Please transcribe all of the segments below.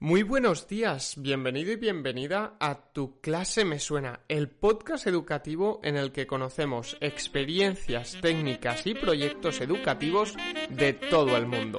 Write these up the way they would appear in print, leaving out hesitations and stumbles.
Muy buenos días, bienvenido y bienvenida a Tu Clase Me Suena, el podcast educativo en el que conocemos experiencias, técnicas y proyectos educativos de todo el mundo.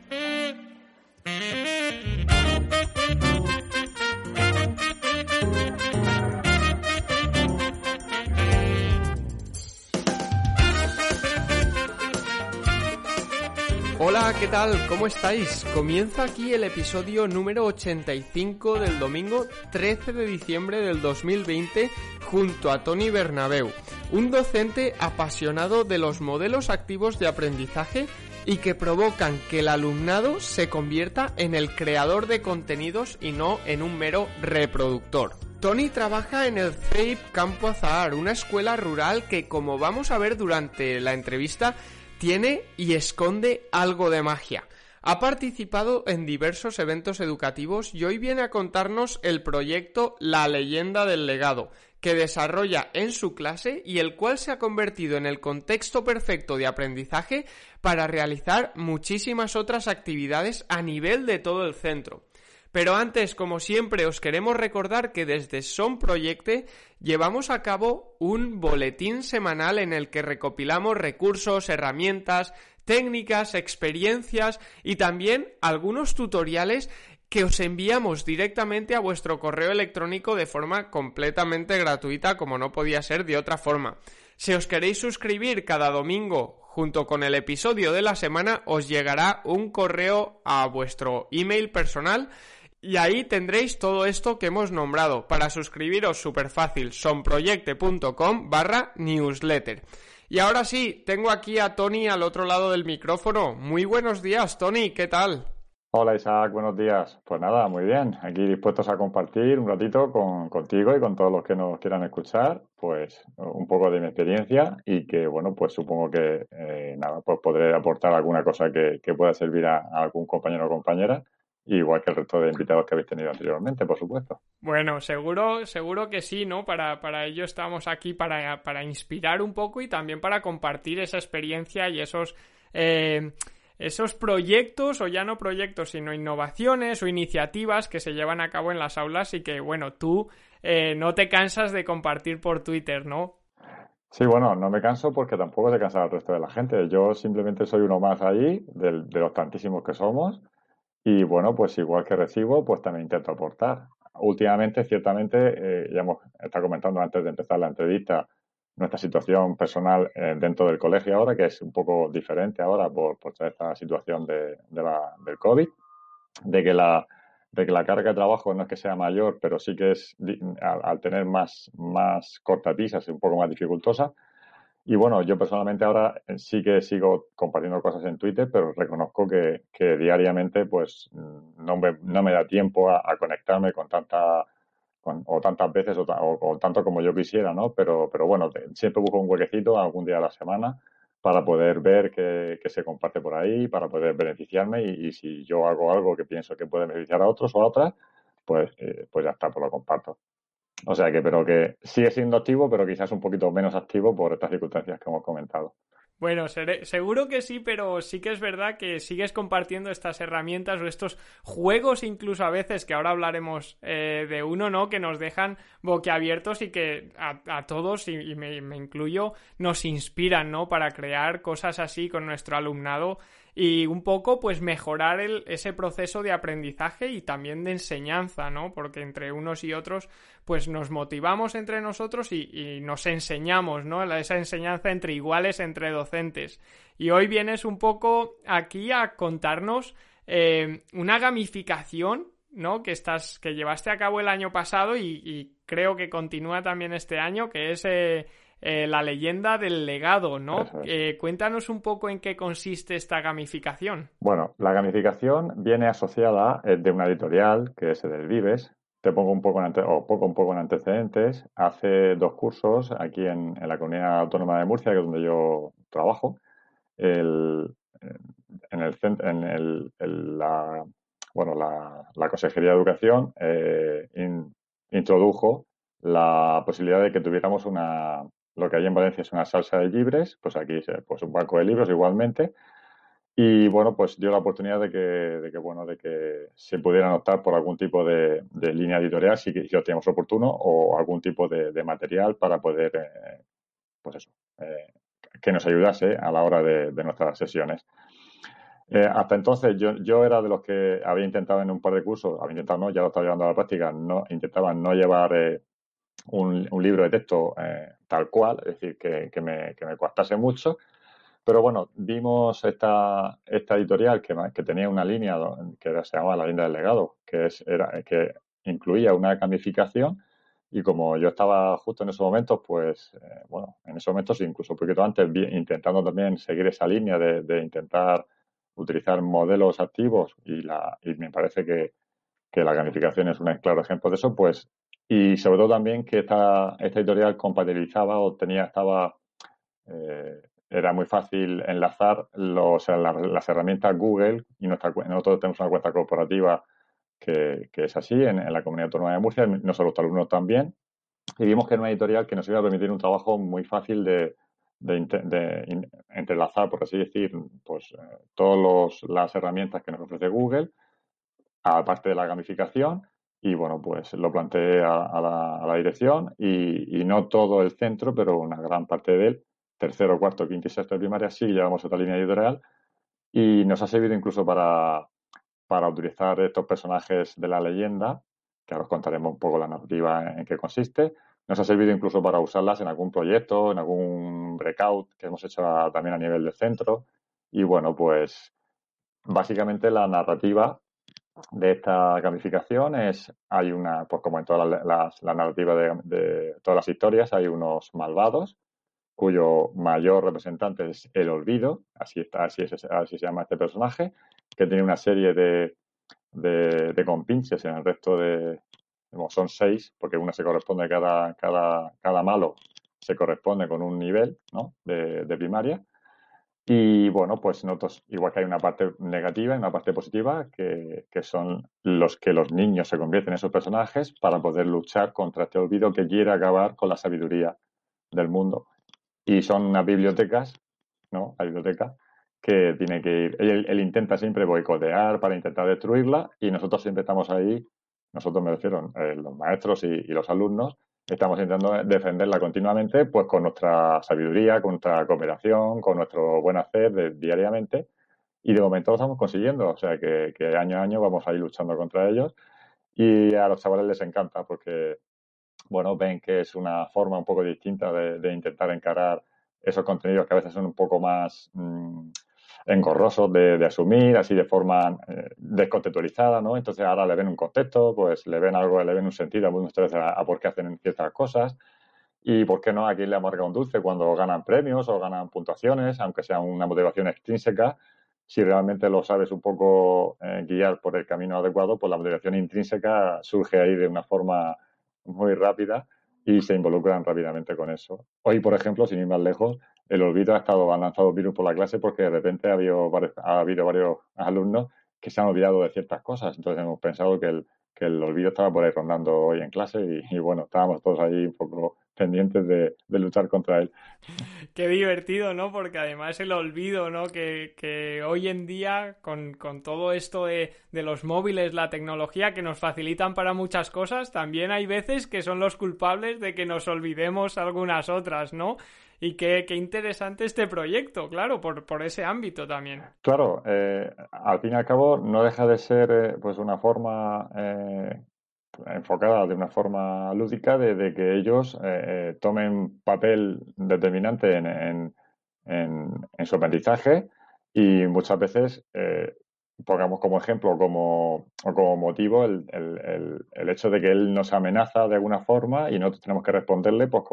Hola, ¿qué tal? ¿Cómo estáis? Comienza aquí el episodio número 85 del domingo 13 de diciembre del 2020 junto a Toni Bernabeu, un docente apasionado de los modelos activos de aprendizaje y que provocan que el alumnado se convierta en el creador de contenidos y no en un mero reproductor. Toni trabaja en el CEIP Campo Azahar, una escuela rural que, como vamos a ver durante la entrevista, tiene y esconde algo de magia. Ha participado en diversos eventos educativos y hoy viene a contarnos el proyecto La Leyenda del Legado, que desarrolla en su clase y el cual se ha convertido en el contexto perfecto de aprendizaje para realizar muchísimas otras actividades a nivel de todo el centro. Pero antes, como siempre, os queremos recordar que desde Son Proyecte llevamos a cabo un boletín semanal en el que recopilamos recursos, herramientas, técnicas, experiencias y también algunos tutoriales que os enviamos directamente a vuestro correo electrónico de forma completamente gratuita, como no podía ser de otra forma. Si os queréis suscribir cada domingo junto con el episodio de la semana, os llegará un correo a vuestro email personal. Y ahí tendréis todo esto que hemos nombrado. Para suscribiros súper fácil, sonproyecte.com/newsletter. Y ahora sí, tengo aquí a Toni al otro lado del micrófono. Muy buenos días, Toni, ¿qué tal? Hola Isaac, buenos días. Pues nada, muy bien. Aquí dispuestos a compartir un ratito contigo y con todos los que nos quieran escuchar, pues un poco de mi experiencia y que, bueno, pues supongo que nada, pues podré aportar alguna cosa que pueda servir a algún compañero o compañera, igual que el resto de invitados que habéis tenido anteriormente, por supuesto. Bueno, seguro que sí, ¿no? Para ello estamos aquí, para inspirar un poco y también para compartir esa experiencia y esos proyectos, o ya no proyectos, sino innovaciones o iniciativas que se llevan a cabo en las aulas y que, bueno, tú no te cansas de compartir por Twitter, ¿no? Sí, bueno, no me canso porque tampoco se cansa el resto de la gente. Yo simplemente soy uno más ahí, de los tantísimos que somos. Y bueno, pues igual que recibo, pues también intento aportar. Últimamente, ciertamente, ya hemos estado comentando antes de empezar la entrevista nuestra situación personal dentro del colegio ahora, que es un poco diferente ahora por toda esta situación del COVID, de que de que la carga de trabajo no es que sea mayor, pero sí que es, al tener más cortapisas, es un poco más dificultosa. Y bueno, yo personalmente ahora sí que sigo compartiendo cosas en Twitter, pero reconozco que diariamente pues no me da tiempo a conectarme con o tantas veces o tanto como yo quisiera, ¿no? Pero bueno, siempre busco un huequecito algún día a la semana para poder ver que se comparte por ahí, para poder beneficiarme y si yo hago algo que pienso que puede beneficiar a otros o a otras, pues ya está, pues lo comparto. O sea pero que sigue siendo activo, pero quizás un poquito menos activo por estas circunstancias que hemos comentado. Bueno, seguro que sí, pero sí que es verdad que sigues compartiendo estas herramientas o estos juegos incluso a veces, que ahora hablaremos de uno, ¿no? Que nos dejan boquiabiertos y que a todos, y me incluyo, nos inspiran, ¿no? Para crear cosas así con nuestro alumnado y un poco pues mejorar ese proceso de aprendizaje y también de enseñanza, ¿no? Porque entre unos y otros pues nos motivamos entre nosotros y nos enseñamos, ¿no? Esa enseñanza entre iguales, entre docentes. Y hoy vienes un poco aquí a contarnos una gamificación, ¿no? Que llevaste a cabo el año pasado y creo que continúa también este año, que es la leyenda del legado, ¿no? Eso es. Cuéntanos un poco en qué consiste esta gamificación. Bueno, la gamificación viene asociada de una editorial que es del Vives. Te pongo un poco en antecedentes. Hace 2 cursos aquí en la Comunidad Autónoma de Murcia, que es donde yo trabajo, el, en el, bueno, la Consejería de Educación introdujo la posibilidad de que tuviéramos lo que hay en Valencia es una salsa de libros, pues aquí pues un banco de libros igualmente, Y bueno, pues dio la oportunidad bueno, de que se pudieran optar por algún tipo de línea editorial si lo teníamos oportuno o algún tipo de material para poder, pues eso, eh, que nos ayudase a la hora de nuestras sesiones. Hasta entonces yo era de los que había intentado en un par de cursos, había intentado no, ya lo estaba llevando a la práctica, no, intentaba no llevar un libro de texto tal cual, es decir, que me costase mucho, pero bueno, vimos esta editorial que tenía una línea se llamaba la línea del legado, que incluía una gamificación y como yo estaba justo en esos momentos, pues bueno, en esos momentos, incluso un poquito antes, intentando también seguir esa línea de intentar utilizar modelos activos y me parece que la gamificación es un claro ejemplo de eso, pues, y sobre todo también que esta editorial compatibilizaba o estaba era muy fácil enlazar las herramientas Google y nosotros tenemos una cuenta corporativa que es así en la Comunidad Autónoma de Murcia, nosotros los alumnos también, y vimos que era una editorial que nos iba a permitir un trabajo muy fácil de entrelazar, por así decir, pues todas las herramientas que nos ofrece Google, aparte de la gamificación, y bueno, pues lo planteé a la dirección y no todo el centro, pero una gran parte de él, tercero, cuarto, quinto y sexto de primaria, sí llevamos esta línea editorial y nos ha servido incluso para utilizar estos personajes de la leyenda, que ahora os contaremos un poco la narrativa en qué consiste. Nos ha servido incluso para usarlas en algún proyecto, en algún breakout que hemos hecho también a nivel del centro. Y bueno, pues básicamente la narrativa de esta gamificación hay pues como en todas la narrativa de todas las historias, hay unos malvados cuyo mayor representante es el olvido, así se llama este personaje, que tiene una serie de compinches en el resto bueno, son 6, porque una se corresponde, cada malo se corresponde con un nivel, ¿no? de primaria. Y bueno, pues nosotros, igual que hay una parte negativa y una parte positiva, que son los que los niños se convierten en esos personajes para poder luchar contra este olvido que quiere acabar con la sabiduría del mundo. Y son unas bibliotecas, ¿no? La biblioteca que tiene que ir. Él intenta siempre boicotear para intentar destruirla y nosotros siempre estamos ahí, nosotros me refiero, los maestros y los alumnos, estamos intentando defenderla continuamente, pues con nuestra sabiduría, con nuestra cooperación, con nuestro buen hacer diariamente. Y de momento lo estamos consiguiendo, o sea que año a año vamos a ir luchando contra ellos. Y a los chavales les encanta porque bueno, ven que es una forma un poco distinta de intentar encarar esos contenidos que a veces son un poco más engorrosos de asumir, así de forma descontextualizada, ¿no? Entonces ahora le ven un contexto, pues le ven algo, le ven un sentido muchas veces a por qué hacen ciertas cosas y por qué no aquí le amarga un dulce cuando ganan premios o ganan puntuaciones, aunque sea una motivación extrínseca. Si realmente lo sabes un poco guiar por el camino adecuado, pues la motivación intrínseca surge ahí de una forma muy rápida y se involucran rápidamente con eso. Hoy, por ejemplo, sin ir más lejos, el olvido han lanzado virus por la clase porque de repente ha habido varios alumnos que se han olvidado de ciertas cosas. Entonces hemos pensado que el olvido estaba por ahí rondando hoy en clase y bueno, estábamos todos ahí un poco pendientes de luchar contra él. Qué divertido, ¿no? Porque además el olvido, ¿no? Que hoy en día, con todo esto de los móviles, la tecnología que nos facilitan para muchas cosas, también hay veces que son los culpables de que nos olvidemos algunas otras, ¿no? Y qué interesante este proyecto, claro, por ese ámbito también. Claro, al fin y al cabo no deja de ser pues una forma enfocada de una forma lúdica de que ellos tomen papel determinante en su aprendizaje y muchas veces pongamos como ejemplo o como motivo el hecho de que él nos amenaza de alguna forma y nosotros tenemos que responderle pues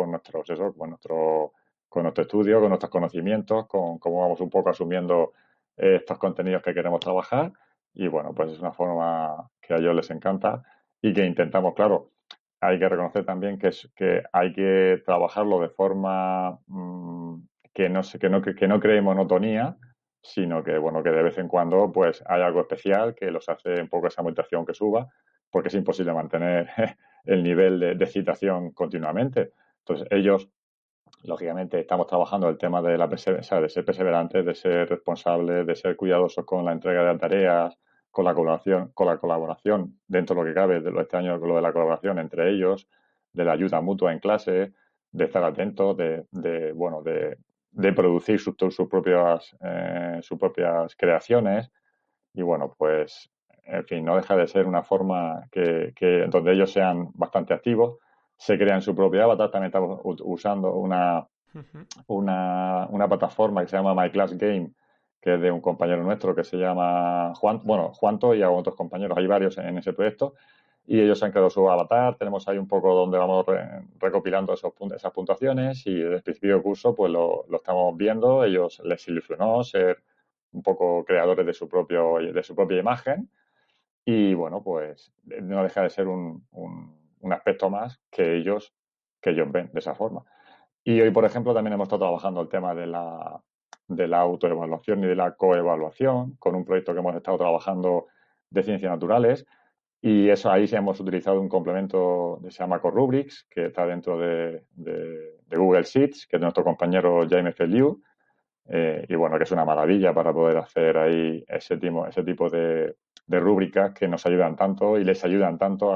con nuestro estudio, con nuestros conocimientos, con cómo vamos un poco asumiendo estos contenidos que queremos trabajar y bueno, pues es una forma que a ellos les encanta y que intentamos, claro, hay que reconocer también que hay que trabajarlo de forma que no cree monotonía, sino que, bueno, que de vez en cuando pues hay algo especial que los hace un poco esa motivación que suba, porque es imposible mantener el nivel de excitación continuamente. Entonces, ellos lógicamente estamos trabajando el tema de o sea, de ser perseverantes, de ser responsables, de ser cuidadosos con la entrega de tareas, con la colaboración dentro de lo que cabe, de lo extraño con lo de la colaboración entre ellos, de la ayuda mutua en clase, de estar atentos, bueno, de producir sus propias creaciones. Y bueno, pues, en fin, no deja de ser una forma donde ellos sean bastante activos, se crean su propio avatar. También estamos usando Ujú. una plataforma que se llama My Class Game, que es de un compañero nuestro que se llama Juan, bueno, Juanto y otros compañeros, hay varios en ese proyecto, y ellos han creado su avatar. Tenemos ahí un poco donde vamos recopilando esas puntuaciones, y desde el principio del curso pues lo estamos viendo. Ellos les ilusionó ser un poco creadores de su propia imagen, y bueno, pues no deja de ser un aspecto más que ellos ven de esa forma. Y hoy, por ejemplo, también hemos estado trabajando el tema de la autoevaluación y de la coevaluación con un proyecto que hemos estado trabajando de ciencias naturales. Y eso, ahí sí hemos utilizado un complemento que se llama Corrubrics, que está dentro de Google Sheets, que es de nuestro compañero Jaime Feliu. Y bueno, que es una maravilla para poder hacer ahí ese tipo de rúbricas que nos ayudan tanto y les ayudan tanto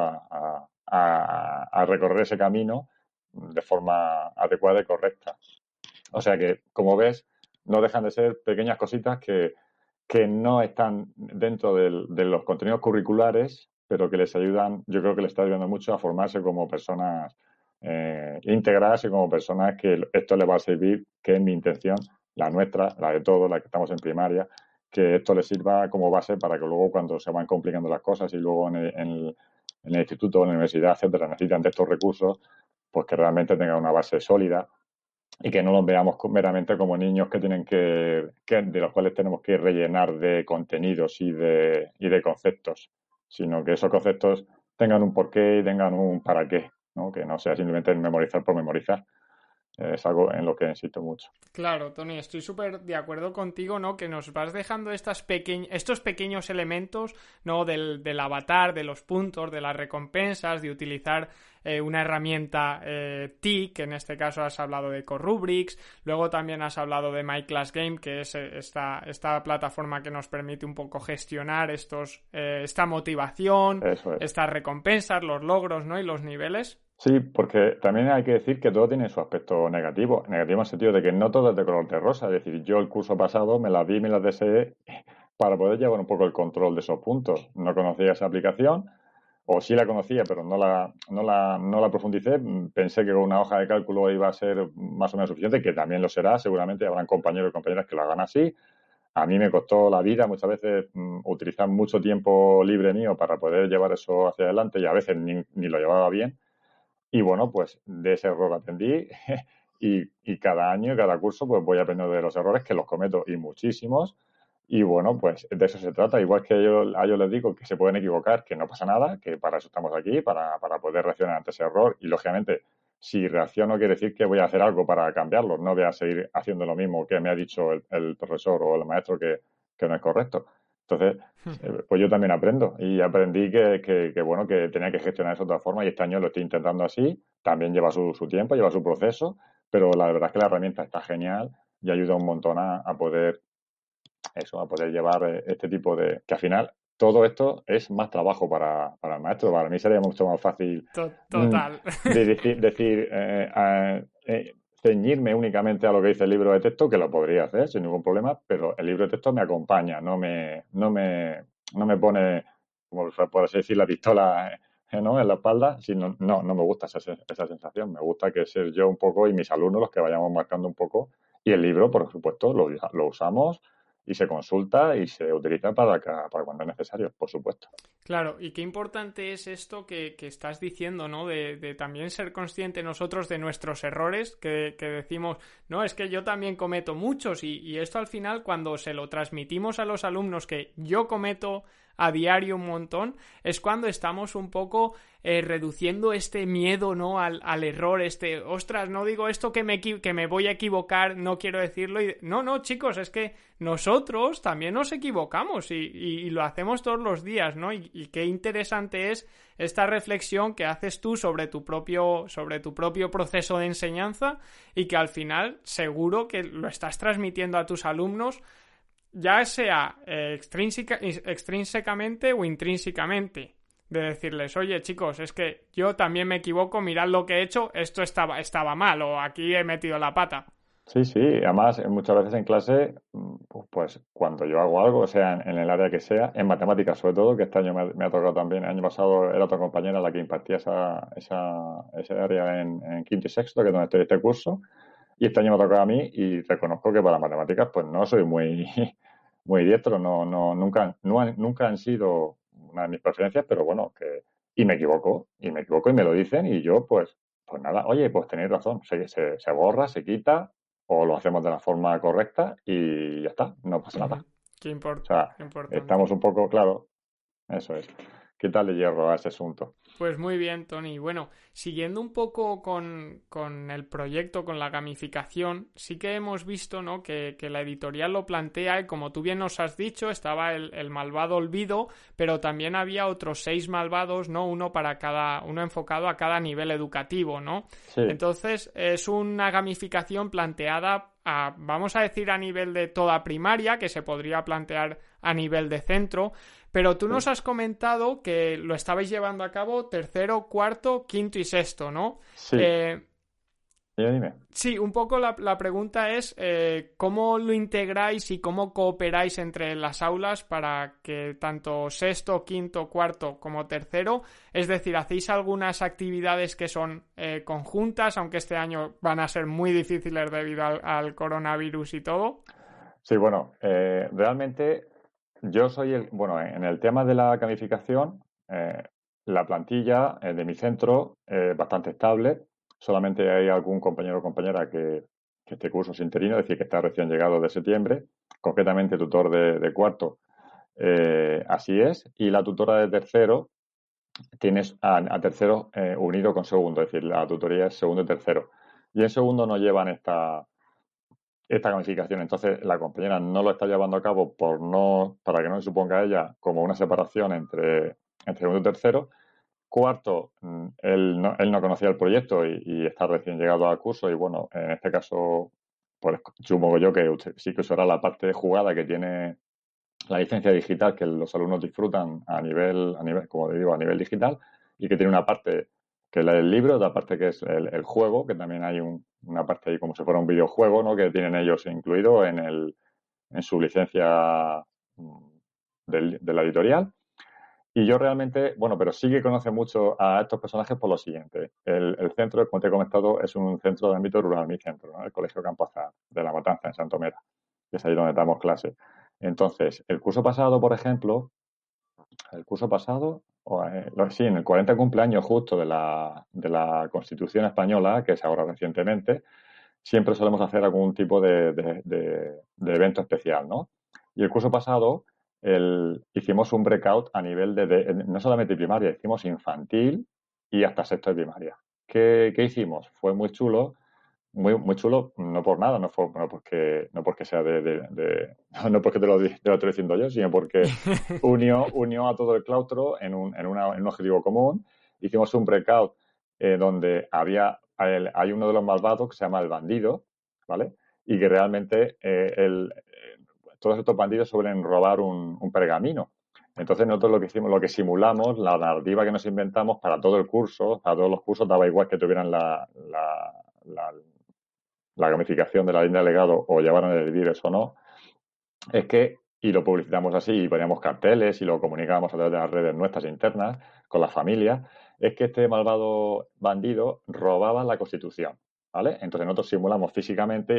a recorrer ese camino de forma adecuada y correcta. O sea que, como ves, no dejan de ser pequeñas cositas que no están dentro de los contenidos curriculares, pero que les ayudan, yo creo que les está ayudando mucho a formarse como personas íntegras, y como personas que esto les va a servir, que es mi intención, la nuestra, la de todos, la que estamos en primaria, que esto les sirva como base para que luego, cuando se van complicando las cosas y luego en el instituto, en la universidad, etcétera, necesitan de estos recursos, pues que realmente tengan una base sólida, y que no los veamos meramente como niños que de los cuales tenemos que rellenar de contenidos y de conceptos, sino que esos conceptos tengan un porqué y tengan un para qué, ¿no? Que no sea simplemente memorizar por memorizar. Es algo en lo que insisto mucho. Claro, Tony, estoy súper de acuerdo contigo, ¿no? Que nos vas dejando estos pequeños elementos, ¿no? Del avatar, de los puntos, de las recompensas, de utilizar una herramienta TIC, en este caso has hablado de Corrubrics, luego también has hablado de My Class Game, que es esta plataforma que nos permite un poco gestionar esta motivación, Eso es. estas recompensas, los logros, ¿no? Y los niveles. Sí, porque también hay que decir que todo tiene su aspecto negativo. Negativo en el sentido de que no todo es de color de rosa. Es decir, yo el curso pasado me las vi y me las deseé para poder llevar un poco el control de esos puntos. No conocía esa aplicación, o sí la conocía, pero no la profundicé. Pensé que con una hoja de cálculo iba a ser más o menos suficiente, que también lo será. Seguramente habrán compañeros y compañeras que lo hagan así. A mí me costó la vida muchas veces utilizar mucho tiempo libre mío para poder llevar eso hacia adelante, y a veces ni lo llevaba bien. Y bueno, pues de ese error aprendí, y cada año y cada curso pues voy aprendiendo de los errores, que los cometo y muchísimos. Y bueno, pues de eso se trata. Igual que a ellos les digo que se pueden equivocar, que no pasa nada, que para eso estamos aquí, para poder reaccionar ante ese error. Y lógicamente, si reacciono, quiere decir que voy a hacer algo para cambiarlo. No voy a seguir haciendo lo mismo que me ha dicho el profesor o el maestro que no es correcto. Entonces, pues yo también aprendo, y aprendí bueno, que tenía que gestionar eso de otra forma, y este año lo estoy intentando así. También lleva su tiempo, lleva su proceso, pero la verdad es que la herramienta está genial y ayuda un montón a poder llevar este tipo que al final todo esto es más trabajo para el maestro. Para mí sería mucho más fácil mm, Total. decir ceñirme únicamente a lo que dice el libro de texto, que lo podría hacer sin ningún problema, pero el libro de texto me acompaña, no me pone, como por así decir, la pistola ¿no? en la espalda. Sino, no me gusta esa sensación. Me gusta que ser yo un poco y mis alumnos los que vayamos marcando un poco, y el libro, por supuesto, lo usamos y se consulta y se utiliza para cuando es necesario, por supuesto. Claro, y qué importante es esto que estás diciendo, ¿no? De también ser consciente nosotros de nuestros errores, que decimos, no, es que yo también cometo muchos, y esto al final, cuando se lo transmitimos a los alumnos, que yo cometo a diario un montón, es cuando estamos un poco reduciendo este miedo, ¿no? Al error, ostras, no digo esto que me voy a equivocar, no quiero decirlo. No, chicos, es que nosotros también nos equivocamos y lo hacemos todos los días, ¿no? Y qué interesante es esta reflexión que haces tú sobre tu propio proceso de enseñanza y que al final seguro que lo estás transmitiendo a tus alumnos, ya sea extrínsecamente o intrínsecamente, de decirles, oye chicos, es que yo también me equivoco, mirad lo que he hecho, esto estaba mal o aquí he metido la pata. Sí, sí, además muchas veces en clase, pues cuando yo hago algo, sea en el área que sea, en matemáticas sobre todo, que este año me ha tocado también, el año pasado era otra compañera la que impartía esa área en quinto y sexto, que es donde estoy este curso, y este año me ha tocado a mí y reconozco que para matemáticas pues no soy muy, muy diestro, nunca han sido una de mis preferencias, pero bueno, y me equivoco y me lo dicen y yo pues nada, oye, pues tenéis razón, se borra, se quita o lo hacemos de la forma correcta y ya está, no pasa nada. O sea, Qué importante. estamos un poco, claro, eso es, quitarle hierro a ese asunto. Pues muy bien, Tony. Bueno, siguiendo un poco con el proyecto, con la gamificación, sí que hemos visto, ¿no? que la editorial lo plantea y como tú bien nos has dicho, estaba el malvado olvido, pero también había otros 6 malvados, ¿no? Uno enfocado a cada nivel educativo, ¿no? Sí, Entonces, es una gamificación planteada vamos a decir, a nivel de toda primaria, que se podría plantear a nivel de centro, pero tú sí, nos has comentado que lo estabais llevando a cabo tercero, cuarto, quinto y sexto, ¿no? sí, Eh, dime. sí, un poco la pregunta es cómo lo integráis y cómo cooperáis entre las aulas para que tanto sexto, quinto, cuarto como tercero, es decir, hacéis algunas actividades que son conjuntas, aunque este año van a ser muy difíciles debido al coronavirus y todo. Sí, bueno, realmente yo soy bueno, en el tema de la gamificación, la plantilla de mi centro es bastante estable. Solamente hay algún compañero o compañera que este curso es interino, es decir, que está recién llegado de septiembre, concretamente tutor de cuarto, así es. Y la tutora de tercero, tienes a tercero unido con segundo, es decir, la tutoría es segundo y tercero. Y en segundo no llevan esta gamificación. Entonces, la compañera no lo está llevando a cabo para que no se suponga a ella como una separación entre segundo y tercero. Cuarto, él no conocía el proyecto y está recién llegado al curso y bueno, en este caso, pues supongo yo que sí que usará la parte de jugada que tiene la licencia digital que los alumnos disfrutan como digo, a nivel digital y que tiene una parte que es la del libro, otra parte que es el juego, que también hay una parte ahí como si fuera un videojuego, ¿no? Que tienen ellos incluido en su licencia de la editorial. Y yo realmente, bueno, pero sí que conoce mucho a estos personajes por lo siguiente. El centro, como te he comentado, es un centro de ámbito rural, mi centro, ¿no? El Colegio Campo Azar de La Matanza, en Santomera, que es ahí donde damos clase. Entonces, el curso pasado, por ejemplo, sí, en el 40 cumpleaños justo de la Constitución Española, que es ahora recientemente, siempre solemos hacer algún tipo de evento especial, ¿no? Y el curso pasado hicimos un breakout a nivel no solamente primaria, hicimos infantil y hasta sexto de primaria. ¿Qué hicimos? Fue muy chulo, muy chulo, no por nada, no porque sea no porque te lo estoy diciendo yo, sino porque unió a todo el claustro en un objetivo común. Hicimos un breakout donde hay uno de los malvados que se llama el bandido, ¿vale? Y que realmente todos estos bandidos suelen robar un pergamino. Entonces nosotros lo que hicimos, lo que simulamos, la narrativa que nos inventamos para todo el curso, para todos los cursos, daba igual que tuvieran la gamificación de la línea de legado o llevaran el Dives o no, es que, y lo publicitamos así, y poníamos carteles y lo comunicábamos a través de las redes nuestras internas con las familias, es que este malvado bandido robaba la Constitución, ¿vale? Entonces nosotros simulamos físicamente,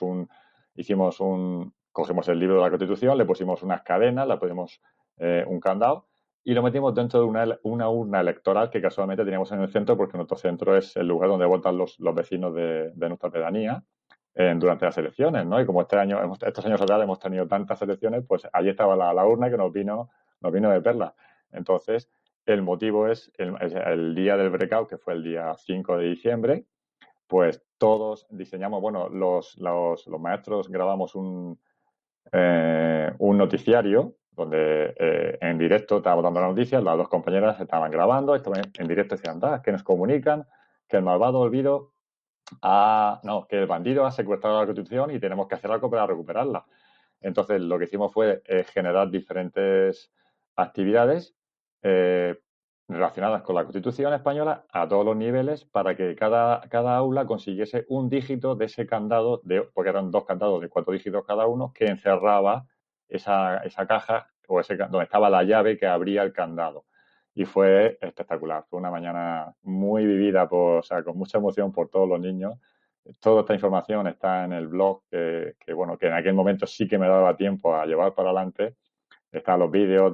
cogimos el libro de la Constitución, le pusimos unas cadenas, le pusimos un candado y lo metimos dentro de una urna electoral que casualmente teníamos en el centro porque nuestro centro es el lugar donde votan los vecinos de nuestra pedanía durante las elecciones, ¿no? Y como estos años atrás hemos tenido tantas elecciones, pues allí estaba la urna que nos nos vino de perlas. Entonces, el motivo es el día del breakout, que fue el día 5 de diciembre, pues todos diseñamos, bueno, los maestros grabamos un noticiario donde en directo estábamos dando las noticias, las dos compañeras estaban grabando, estaban en directo decían, que nos comunican que el malvado olvido no, que el bandido ha secuestrado la Constitución y tenemos que hacer algo para recuperarla. Entonces, lo que hicimos fue generar diferentes actividades eh, relacionadas con la Constitución española a todos los niveles para que cada aula consiguiese un dígito de ese candado, porque eran 2 candados de 4 dígitos cada uno, que encerraba esa caja o donde estaba la llave que abría el candado. Y fue espectacular. Fue una mañana muy vivida, o sea, con mucha emoción por todos los niños. Toda esta información está en el blog, bueno, que en aquel momento sí que me daba tiempo a llevar para adelante. Están los vídeos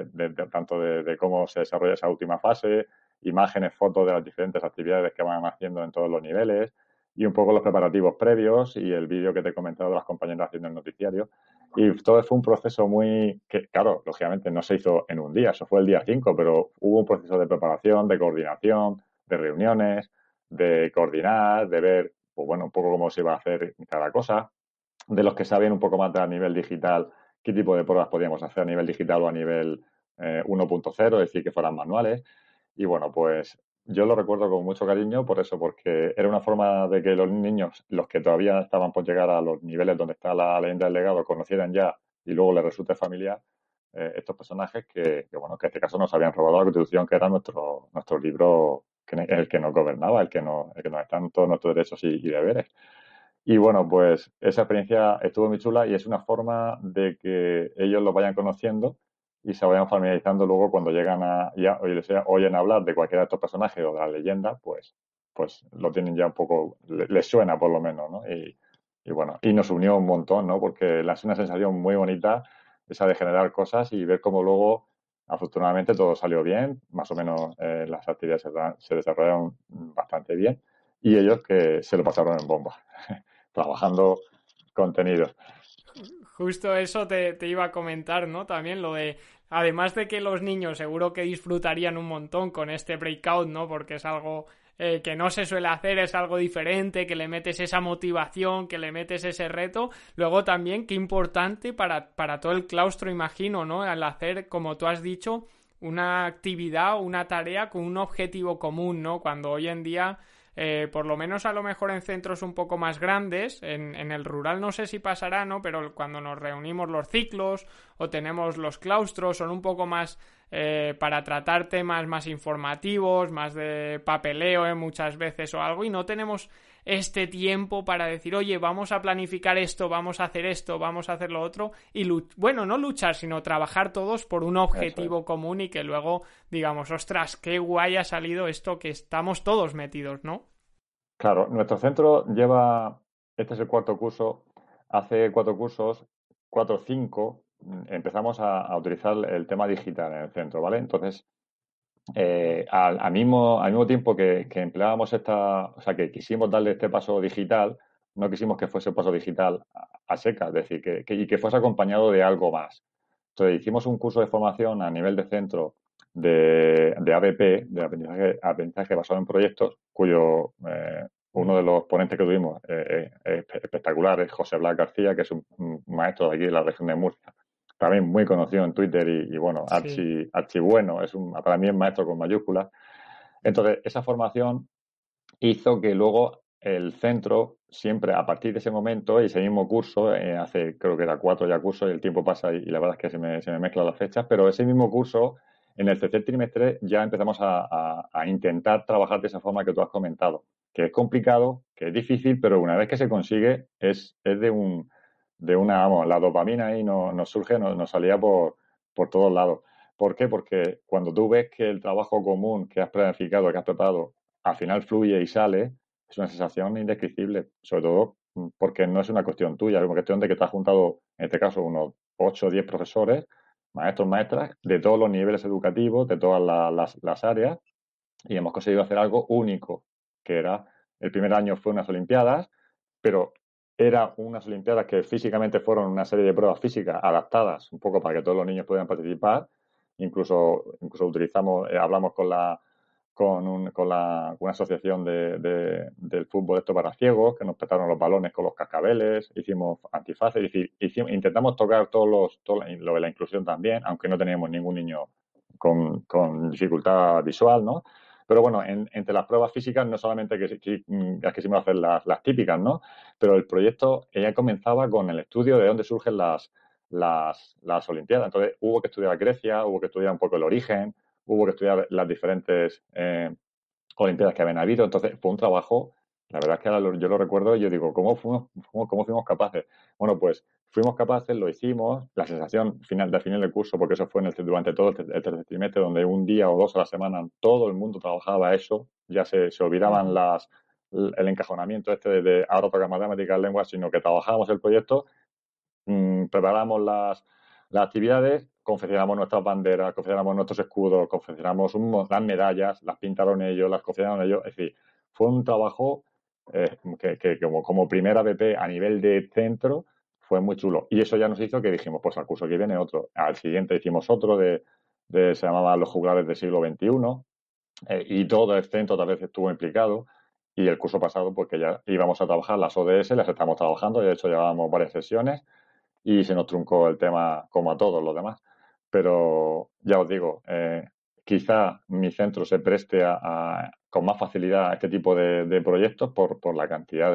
tanto de cómo se desarrolla esa última fase, imágenes, fotos de las diferentes actividades que van haciendo en todos los niveles y un poco los preparativos previos y el vídeo que te he comentado de las compañeras haciendo el noticiario. Y todo fue un proceso que, claro, lógicamente no se hizo en un día, eso fue el día 5, pero hubo un proceso de preparación, de coordinación, de reuniones, de coordinar, de ver, pues bueno, un poco cómo se iba a hacer cada cosa, de los que sabían un poco más a nivel digital, qué tipo de pruebas podíamos hacer a nivel digital o a nivel 1.0, es decir, que fueran manuales. Y bueno, pues yo lo recuerdo con mucho cariño por eso, porque era una forma de que los niños, los que todavía estaban por llegar a los niveles donde está la leyenda del legado, conocieran ya y luego les resulte familiar estos personajes bueno, que en este caso nos habían robado la Constitución, que era nuestro libro, el que nos gobernaba, el que nos están todos nuestros derechos y deberes. Y bueno, pues esa experiencia estuvo muy chula y es una forma de que ellos lo vayan conociendo y se vayan familiarizando luego cuando llegan oyen hablar de cualquiera de estos personajes o de la leyenda, pues lo tienen ya un poco, les suena por lo menos, ¿no? Y bueno, y nos unió un montón, ¿no? Porque es una sensación muy bonita esa de generar cosas y ver cómo luego, afortunadamente, todo salió bien, más o menos las actividades se desarrollaron bastante bien y ellos que se lo pasaron en bomba trabajando contenido. Justo eso te iba a comentar, ¿no? También lo de, además de que los niños seguro que disfrutarían un montón con este breakout, ¿no? Porque es algo que no se suele hacer, es algo diferente, que le metes esa motivación, que le metes ese reto. Luego también, qué importante para todo el claustro, imagino, ¿no? Al hacer, como tú has dicho, una actividad, una tarea con un objetivo común, ¿no? Cuando hoy en día por lo menos a lo mejor en centros un poco más grandes, en el rural no sé si pasará, ¿no? Pero cuando nos reunimos los ciclos o tenemos los claustros son un poco más para tratar temas más informativos, más de papeleo muchas veces o algo y no tenemos este tiempo para decir, oye, vamos a planificar esto, vamos a hacer esto, vamos a hacer lo otro y bueno, no luchar, sino trabajar todos por un objetivo común y que luego digamos, ostras, qué guay ha salido esto que estamos todos metidos, ¿no? Claro, nuestro centro este es el 4.º curso, hace 4 cursos, 4 o 5, empezamos a utilizar el tema digital en el centro, ¿vale? Entonces, al mismo tiempo que empleábamos o sea, que quisimos darle este paso digital, no quisimos que fuese un paso digital a secas, es decir, y que fuese acompañado de algo más. Entonces, hicimos un curso de formación a nivel de centro de ABP, de aprendizaje basado en proyectos, cuyo uno de los ponentes que tuvimos espectacular es José Blas García, que es un maestro de aquí de la región de Murcia, también muy conocido en Twitter y bueno, Sí. archibueno, para mí es maestro con mayúsculas. Entonces, esa formación hizo que luego el centro siempre, a partir de ese momento y ese mismo curso, hace creo que era 4 ya cursos y el tiempo pasa y la verdad es que se me mezclan las fechas, pero ese mismo curso, en el tercer trimestre ya empezamos a intentar trabajar de esa forma que tú has comentado, que es complicado, que es difícil, pero una vez que se consigue es vamos, la dopamina ahí nos surge, nos salía por todos lados. ¿Por qué? Porque cuando tú ves que el trabajo común que has planificado, que has preparado, al final fluye y sale, es una sensación indescriptible, sobre todo porque no es una cuestión tuya, es una cuestión de que te has juntado, en este caso, unos 8 o 10 profesores, maestros, maestras, de todos los niveles educativos, de todas las áreas, y hemos conseguido hacer algo único, que era, el primer año fue unas Olimpiadas, pero era unas Olimpiadas que físicamente fueron una serie de pruebas físicas adaptadas un poco para que todos los niños pudieran participar, incluso utilizamos, hablamos con una asociación del fútbol esto para ciegos, que nos prestaron los balones con los cascabeles, hicimos antifaces, es decir, intentamos tocar todo lo de la inclusión también, aunque no teníamos ningún niño con dificultad visual, ¿no? Pero bueno, entre las pruebas físicas no solamente quisimos hacer las típicas, ¿no? Pero el proyecto ya comenzaba con el estudio de dónde surgen las Olimpiadas. Entonces hubo que estudiar Grecia, hubo que estudiar un poco el origen, hubo que estudiar las diferentes Olimpiadas que habían habido. Entonces fue un trabajo, la verdad es que ahora yo lo recuerdo y yo digo, ¿cómo fuimos capaces? Bueno, pues fuimos capaces, lo hicimos, la sensación del final del curso, porque eso fue durante todo el tercer trimestre, donde un día o dos a la semana todo el mundo trabajaba eso, ya se olvidaban el encajonamiento de ahora toca matemáticas, lenguas, sino que trabajábamos el proyecto, preparamos las actividades, confeccionamos nuestras banderas, confeccionamos nuestros escudos, confeccionamos las medallas, las pintaron ellos, las confeccionaron ellos. Es decir, fue un trabajo que como primera BP a nivel de centro fue muy chulo. Y eso ya nos hizo que dijimos, pues al curso que viene otro. Al siguiente hicimos otro se llamaba Los juglares del siglo XXI, y todo el centro tal vez estuvo implicado. Y el curso pasado, pues que ya íbamos a trabajar las ODS, las estamos trabajando, y de hecho llevábamos varias sesiones y se nos truncó el tema como a todos los demás. Pero ya os digo, quizá mi centro se preste con más facilidad a este tipo de proyectos por la cantidad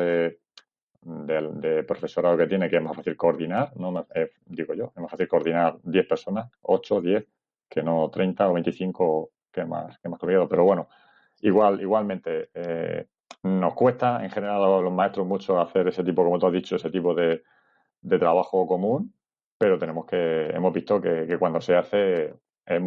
de profesorado que tiene, que es más fácil coordinar, ¿no? Digo yo, es más fácil coordinar 10 personas, 8, 10, que no 30 o 25 que más complicado. Pero bueno, igualmente, nos cuesta en general a los maestros mucho hacer ese tipo, como tú has dicho, ese tipo de trabajo común, pero hemos visto que cuando se hace es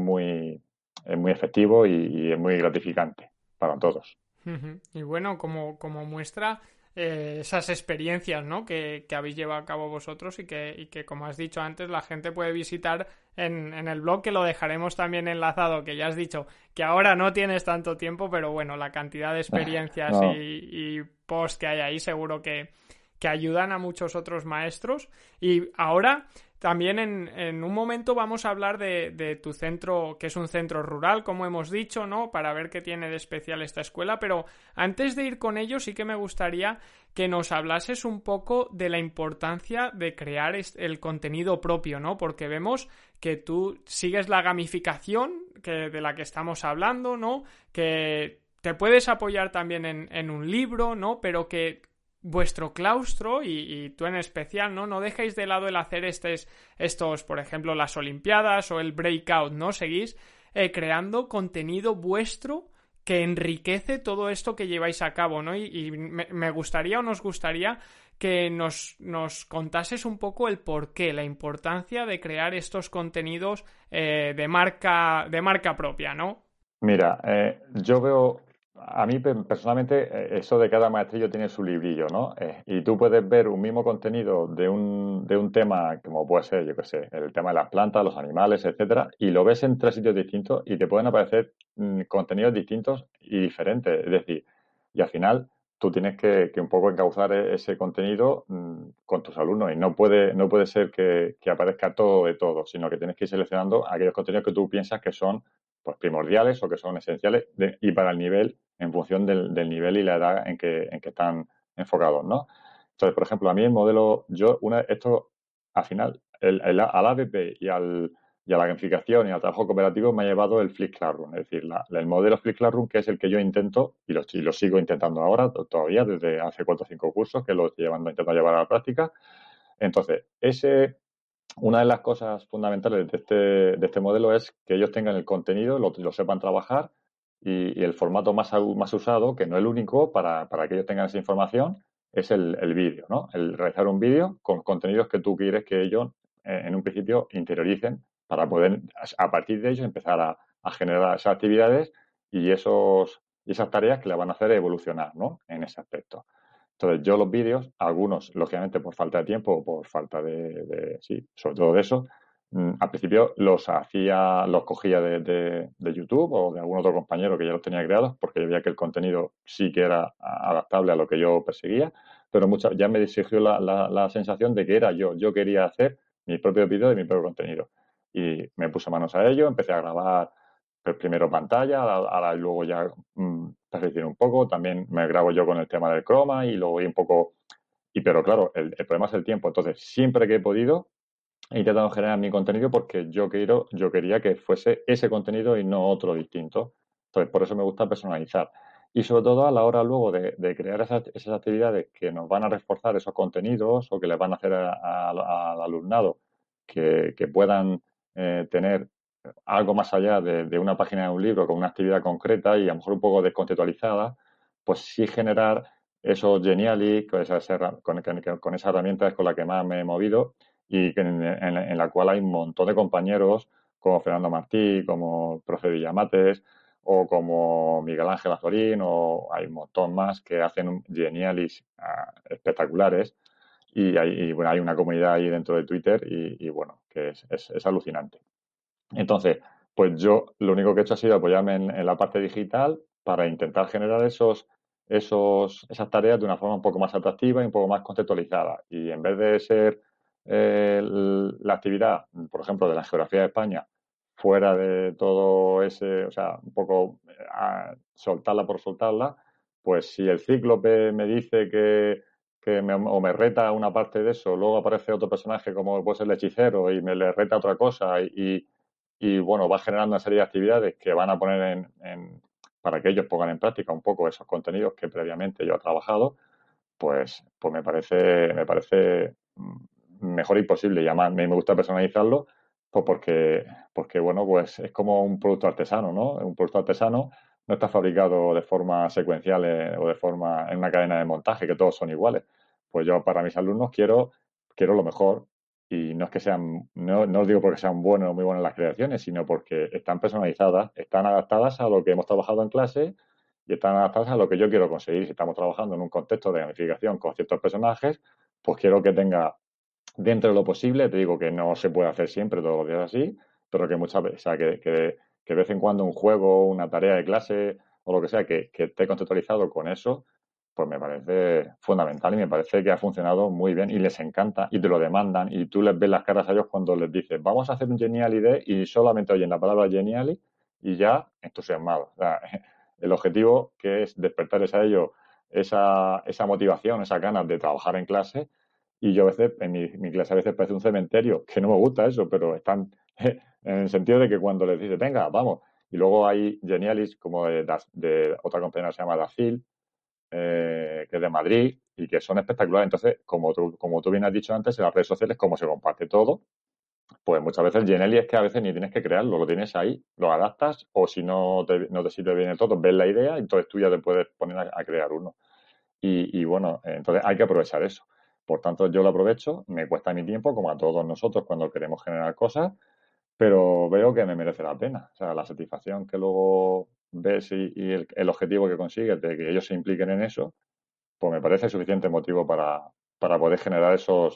muy efectivo y es muy gratificante para todos. Y bueno, como muestra esas experiencias, ¿no? que habéis llevado a cabo vosotros y que, como has dicho antes, la gente puede visitar en el blog, que lo dejaremos también enlazado, que ya has dicho que ahora no tienes tanto tiempo, pero bueno, la cantidad de experiencias No, y posts que hay ahí seguro que ayudan a muchos otros maestros. Y ahora también en un momento vamos a hablar de tu centro, que es un centro rural, como hemos dicho, ¿no? Para ver qué tiene de especial esta escuela, pero antes de ir con ello sí que me gustaría que nos hablases un poco de la importancia de crear el contenido propio, ¿no? Porque vemos que tú sigues la gamificación de la que estamos hablando, ¿no? Que te puedes apoyar también en un libro, ¿no? Pero que vuestro claustro y tú en especial, no dejéis de lado el hacer estos, por ejemplo, las Olimpiadas o el Breakout, ¿no? Seguís creando contenido vuestro que enriquece todo esto que lleváis a cabo, ¿no? Y me gustaría o nos gustaría que nos contases un poco el porqué, la importancia de crear estos contenidos de marca propia, ¿no? mira, yo veo, a mí personalmente, eso de cada maestrillo tiene su librillo, ¿no? Y tú puedes ver un mismo contenido de un tema, como puede ser, yo qué sé, el tema de las plantas, los animales, etcétera, y lo ves en tres sitios distintos y te pueden aparecer contenidos distintos y diferentes. Es decir, y al final tú tienes que un poco encauzar ese contenido con tus alumnos y no puede ser que aparezca todo de todo, sino que tienes que ir seleccionando aquellos contenidos que tú piensas que son pues primordiales o que son esenciales y para el nivel, en función del nivel y la edad en que están enfocados, ¿no? Entonces, por ejemplo, a mí el modelo, esto al final, al ABP y a la gamificación y al trabajo cooperativo me ha llevado el Flip Classroom, es decir, el modelo Flip Classroom, que es el que yo intento y lo sigo intentando ahora, todavía desde hace 4 o 5 cursos que lo estoy intentando llevar a la práctica. Entonces, una de las cosas fundamentales de este modelo es que ellos tengan el contenido, lo sepan trabajar y el formato más usado, que no es el único para que ellos tengan esa información, es el vídeo, ¿no? El realizar un vídeo con contenidos que tú quieres que ellos en un principio interioricen para poder a partir de ellos empezar a generar esas actividades y esas tareas que le van a hacer evolucionar, ¿no? En ese aspecto. Entonces, yo los vídeos, algunos, lógicamente, por falta de tiempo o por falta sí, sobre todo de eso, al principio los cogía de YouTube o de algún otro compañero que ya los tenía creados, porque yo veía que el contenido sí que era adaptable a lo que yo perseguía, pero ya me exigió la sensación de que era yo quería hacer mis propios vídeos de mi propio contenido. Y me puse manos a ello, empecé a grabar pues, primero pantalla, ahora luego ya perfeccioné un poco, también me grabo yo con el tema del croma y luego voy un poco... pero claro, el problema es el tiempo, entonces siempre que he podido he intentado generar mi contenido porque yo quería que fuese ese contenido y no otro distinto. Entonces, por eso me gusta personalizar. Y sobre todo a la hora luego de crear esas actividades que nos van a reforzar esos contenidos o que les van a hacer al alumnado que puedan tener algo más allá de una página de un libro con una actividad concreta y a lo mejor un poco descontextualizada, pues sí generar esos Geniali con esa herramienta es con la que más me he movido y en la cual hay un montón de compañeros como Fernando Martí, como Profe Villamates o como Miguel Ángel Azorín o hay un montón más que hacen genialis espectaculares bueno, hay una comunidad ahí dentro de Twitter bueno, que es alucinante. Entonces, pues yo lo único que he hecho ha sido apoyarme en la parte digital para intentar generar esas tareas de una forma un poco más atractiva y un poco más contextualizada. Y en vez de ser la actividad, por ejemplo, de la geografía de España, fuera de todo ese, o sea, un poco soltarla por soltarla, pues si el cíclope me dice o me reta una parte de eso, luego aparece otro personaje como puede ser el hechicero y me le reta otra cosa y bueno, va generando una serie de actividades que van a poner para que ellos pongan en práctica un poco esos contenidos que previamente yo he trabajado, pues me parece mejor imposible. Y además me gusta personalizarlo, pues porque, bueno, pues es como un producto artesano, ¿no? Un producto artesano no está fabricado de forma secuencial o de forma en una cadena de montaje, que todos son iguales. Pues yo para mis alumnos quiero lo mejor y no es que sean, no os digo porque sean buenos o muy buenas las creaciones, sino porque están personalizadas, están adaptadas a lo que hemos trabajado en clase y están adaptadas a lo que yo quiero conseguir. Si estamos trabajando en un contexto de gamificación con ciertos personajes, pues quiero que tenga, dentro de lo posible, te digo que no se puede hacer siempre todos los días así, pero que muchas veces, o sea, que de vez en cuando un juego, una tarea de clase o lo que sea, que esté contextualizado con eso, pues me parece fundamental y me parece que ha funcionado muy bien y les encanta y te lo demandan y tú les ves las caras a ellos cuando les dices vamos a hacer un Genial ID y solamente oyen la palabra Genial y ya entusiasmados. O sea, el objetivo que es despertarles a ellos esa motivación, esas ganas de trabajar en clase y yo a veces, en mi clase a veces parece un cementerio, que no me gusta eso, pero están en el sentido de que cuando les dices, venga, vamos, y luego hay Genialis como de otra compañera que se llama Dacil, que es de Madrid y que son espectaculares. Entonces, como tú bien has dicho antes, en las redes sociales, como se comparte todo, pues muchas veces el Geniali es que a veces ni tienes que crearlo, lo tienes ahí, lo adaptas o si no te sirve bien el todo, ves la idea y entonces tú ya te puedes poner a crear uno. Y bueno, entonces hay que aprovechar eso. Por tanto, yo lo aprovecho, me cuesta mi tiempo, como a todos nosotros cuando queremos generar cosas, pero veo que me merece la pena. O sea, la satisfacción que luego ves y el objetivo que consigues de que ellos se impliquen en eso, pues me parece suficiente motivo para poder generar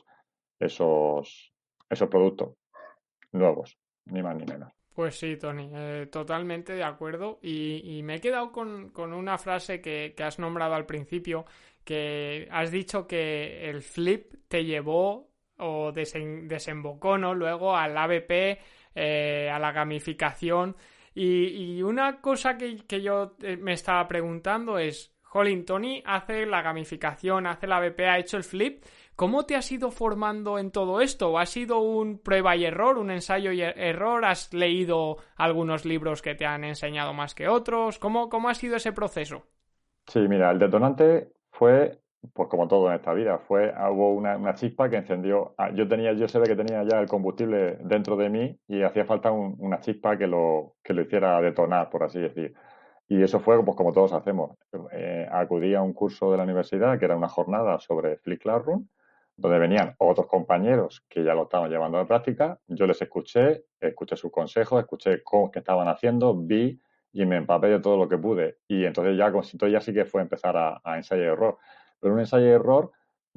esos, esos productos nuevos, ni más ni menos. Pues sí, Tony, totalmente de acuerdo. Y me he quedado con una frase que has nombrado al principio, que has dicho que el flip te llevó o desembocó, ¿no? Luego al ABP, a la gamificación. Y una cosa que yo me estaba preguntando es, jolín, Tony hace la gamificación, hace la ABP, ha hecho el flip. ¿Cómo te has ido formando en todo esto? ¿O ha sido un prueba y error, un ensayo y error? ¿Has leído algunos libros que te han enseñado más que otros? ¿Cómo ha sido ese proceso? Sí, mira, el detonante fue, pues como todo en esta vida, hubo una chispa que encendió. Yo sabía que tenía ya el combustible dentro de mí y hacía falta una chispa que lo hiciera detonar, por así decir. Y eso fue pues como todos hacemos. Acudí a un curso de la universidad que era una jornada sobre Flip Classroom, donde venían otros compañeros que ya lo estaban llevando a la práctica. Yo les escuché sus consejos, escuché qué estaban haciendo, vi y me empapé de todo lo que pude. Y entonces ya sí que fue empezar a ensayo y error. Pero un ensayo y error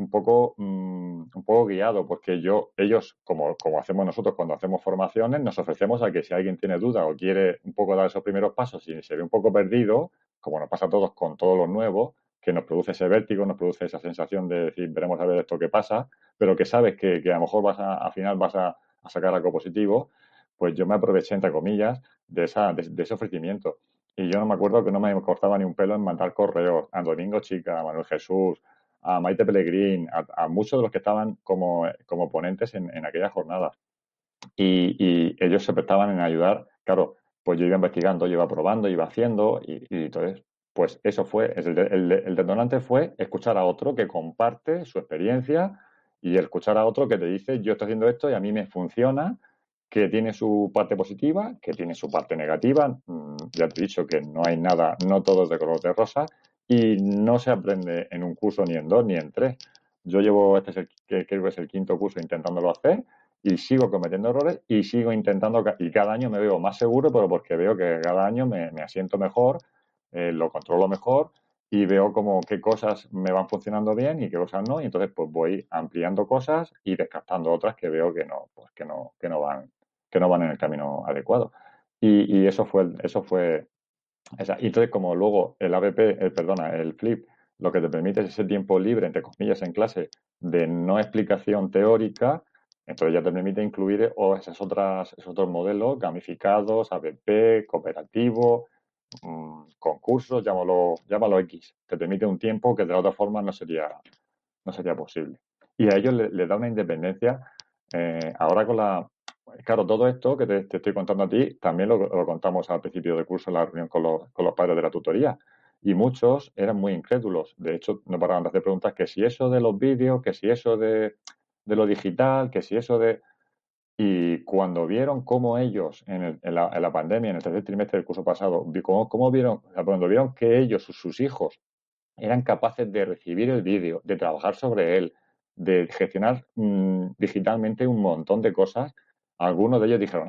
un poco guiado, porque ellos, como hacemos nosotros cuando hacemos formaciones, nos ofrecemos a que si alguien tiene duda o quiere un poco dar esos primeros pasos y se ve un poco perdido, como nos pasa a todos con todo lo nuevo, que nos produce ese vértigo, nos produce esa sensación de decir, veremos a ver esto qué pasa, pero que sabes que a lo mejor al final vas a sacar algo positivo, pues yo me aproveché, entre comillas, de ese ofrecimiento. Y yo no me acuerdo que no me cortaba ni un pelo en mandar correos a Domingo Chica, a Manuel Jesús, a Maite Pellegrín, a muchos de los que estaban como ponentes en aquella jornada. Y ellos se prestaban en ayudar. Claro, pues yo iba investigando, yo iba probando, iba haciendo y entonces, pues eso fue, el detonante fue escuchar a otro que comparte su experiencia y escuchar a otro que te dice, yo estoy haciendo esto y a mí me funciona, que tiene su parte positiva, que tiene su parte negativa. Ya te he dicho que no hay nada, no todo es de color de rosa y no se aprende en un curso ni en dos ni en tres. Yo llevo, que creo que es el quinto curso intentándolo hacer y sigo cometiendo errores y sigo intentando, y cada año me veo más seguro, pero porque veo que cada año me asiento mejor, lo controlo mejor y veo como qué cosas me van funcionando bien y qué cosas no, y entonces pues voy ampliando cosas y descartando otras que veo que no, pues que no van en el camino adecuado. Y eso fue y entonces, como luego el ABP, perdona, el Flip, lo que te permite es ese tiempo libre, entre comillas, en clase de no explicación teórica, entonces ya te permite incluir esos otros modelos gamificados, ABP, cooperativo, concursos, llámalo X. Te permite un tiempo que de otra forma no sería posible. Y a ellos le da una independencia. Ahora Claro, todo esto que te estoy contando a ti, también lo contamos al principio del curso en la reunión con los padres de la tutoría. Y muchos eran muy incrédulos. De hecho, no paraban de hacer preguntas que si eso de los vídeos, que si eso de lo digital, que si eso de... Y cuando vieron cómo ellos, en la pandemia, en el tercer trimestre del curso pasado, cómo vieron, o sea, cuando vieron que ellos, sus hijos, eran capaces de recibir el vídeo, de trabajar sobre él, de gestionar digitalmente un montón de cosas, algunos de ellos dijeron,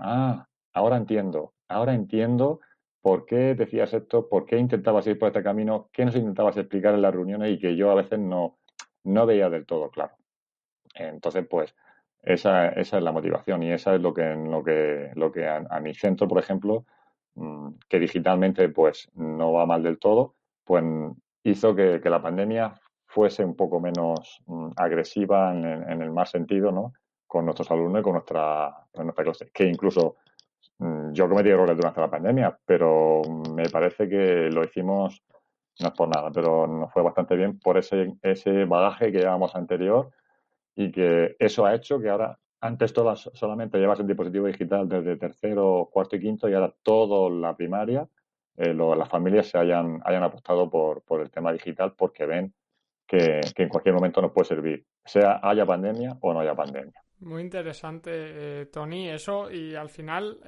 ahora entiendo por qué decías esto, por qué intentabas ir por este camino, qué nos intentabas explicar en las reuniones y que yo a veces no veía del todo claro. Entonces, pues, esa es la motivación y esa es lo que a mi centro, por ejemplo, que digitalmente pues no va mal del todo, pues hizo que la pandemia fuese un poco menos agresiva en el más sentido, ¿no? Con nuestros alumnos y con nuestra clase. Que incluso yo cometí errores durante la pandemia, pero me parece que lo hicimos, no es por nada, pero nos fue bastante bien por ese bagaje que llevábamos anterior y que eso ha hecho que ahora, antes todas solamente llevas el dispositivo digital desde tercero, cuarto y quinto y ahora toda la primaria, las familias hayan apostado por el tema digital porque ven que en cualquier momento nos puede servir, sea haya pandemia o no haya pandemia. Muy interesante, Tony, eso y al final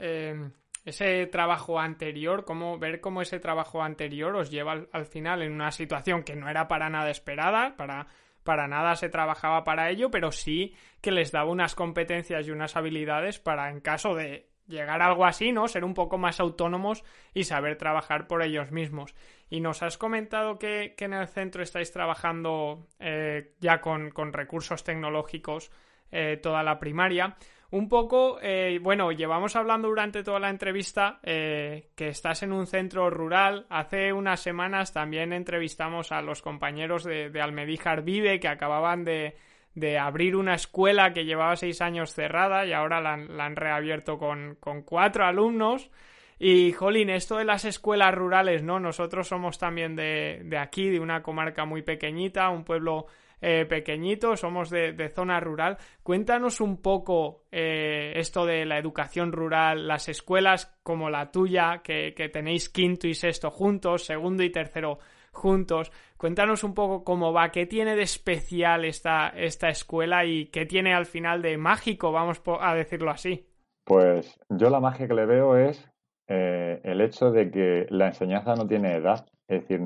ese trabajo anterior, ver cómo ese trabajo anterior os lleva al final en una situación que no era para nada esperada, para nada se trabajaba para ello, pero sí que les daba unas competencias y unas habilidades para en caso de llegar a algo así, ¿no? Ser un poco más autónomos y saber trabajar por ellos mismos. Y nos has comentado que en el centro estáis trabajando ya con recursos tecnológicos toda la primaria. Un poco, bueno, llevamos hablando durante toda la entrevista que estás en un centro rural. Hace unas semanas también entrevistamos a los compañeros de Almedíjar Vive que acababan de abrir una escuela que llevaba 6 años cerrada y ahora la han reabierto con 4 alumnos. Y, jolín, esto de las escuelas rurales, ¿no? Nosotros somos también de aquí, de una comarca muy pequeñita, un pueblo pequeñito, somos de zona rural. Cuéntanos un poco esto de la educación rural, las escuelas como la tuya, que tenéis quinto y sexto juntos, segundo y tercero juntos. Cuéntanos un poco cómo va, qué tiene de especial esta escuela y qué tiene al final de mágico, vamos a decirlo así. Pues yo la magia que le veo es el hecho de que la enseñanza no tiene edad. Es decir,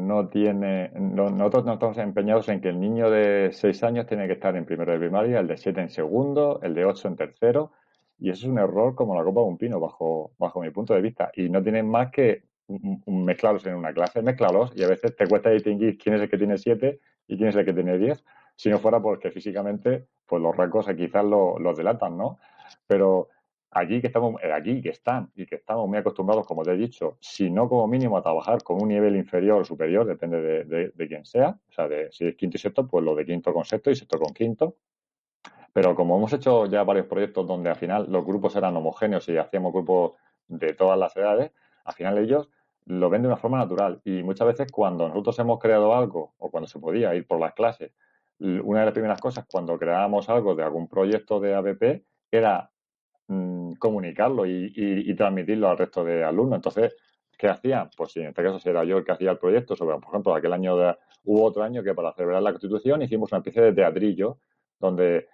nosotros no estamos empeñados en que el niño de 6 años tiene que estar en primero de primaria, el de 7 en segundo, el de 8 en tercero, y eso es un error como la copa de un pino bajo mi punto de vista. Y no tienen más que mezclarlos en una clase, mezclarlos, y a veces te cuesta distinguir quién es el que tiene 7 y quién es el que tiene 10, si no fuera porque físicamente pues los rasgos quizás los delatan, ¿no? Pero aquí que están y que estamos muy acostumbrados, como te he dicho, si no como mínimo a trabajar con un nivel inferior o superior, depende de quién sea, o sea, si es quinto y sexto, pues lo de quinto con sexto y sexto con quinto, Pero como hemos hecho ya varios proyectos donde al final los grupos eran homogéneos y hacíamos grupos de todas las edades, al final ellos lo ven de una forma natural. Y muchas veces cuando nosotros hemos creado algo o cuando se podía ir por las clases, una de las primeras cosas cuando creábamos algo de algún proyecto de ABP era comunicarlo y transmitirlo al resto de alumnos. Entonces, ¿qué hacían? Pues si en este caso si era yo el que hacía el proyecto sobre, por ejemplo, aquel año hubo otro año que para celebrar la Constitución hicimos una especie de teatrillo donde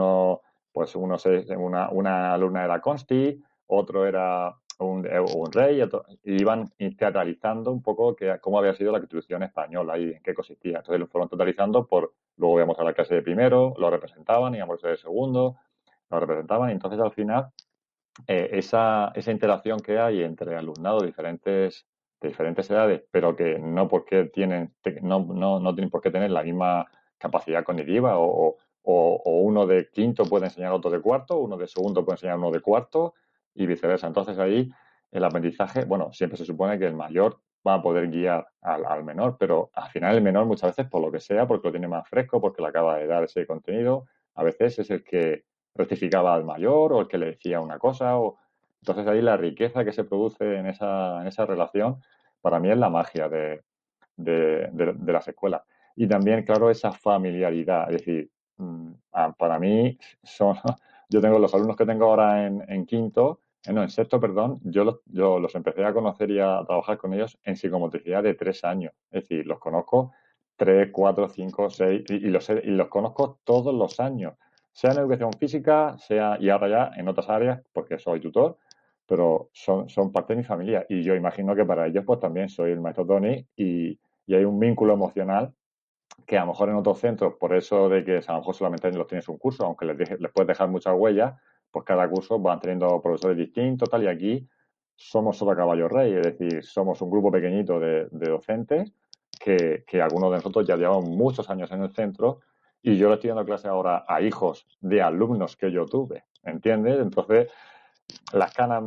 una alumna era Consti, otro era un rey, y iban teatralizando un poco cómo había sido la Constitución española y en qué consistía. Entonces lo fueron teatralizando luego íbamos a la clase de primero, lo representaban, íbamos a la clase de segundo, lo representaban, y entonces al final esa interacción que hay entre alumnado de diferentes edades, pero que no porque no tienen por qué tener la misma capacidad cognitiva o uno de quinto puede enseñar a otro de cuarto, uno de segundo puede enseñar a uno de cuarto y viceversa. Entonces ahí el aprendizaje, bueno, siempre se supone que el mayor va a poder guiar al menor, pero al final el menor muchas veces por lo que sea, porque lo tiene más fresco, porque le acaba de dar ese contenido, a veces es el que rectificaba al mayor o el que le decía una cosa. Entonces ahí la riqueza que se produce en esa relación para mí es la magia de las escuelas. Y también, claro, esa familiaridad. Es decir, para mí yo tengo los alumnos que tengo ahora en quinto, no, en sexto, perdón, yo los empecé a conocer y a trabajar con ellos en psicomotricidad de 3 años. Es decir, los conozco 3, 4, 5, 6 y los conozco todos los años, sea en educación física, sea y ahora ya en otras áreas, porque soy tutor, pero son parte de mi familia y yo imagino que para ellos pues también soy el maestro Tony y hay un vínculo emocional que a lo mejor en otros centros, por eso de que a lo mejor solamente los tienes un curso, aunque les puedes dejar muchas huellas, pues cada curso van teniendo profesores distintos, tal, y aquí somos solo caballo rey, es decir, somos un grupo pequeñito de docentes que algunos de nosotros ya llevamos muchos años en el centro y yo le estoy dando clase ahora a hijos de alumnos que yo tuve, ¿entiendes? Entonces, las canas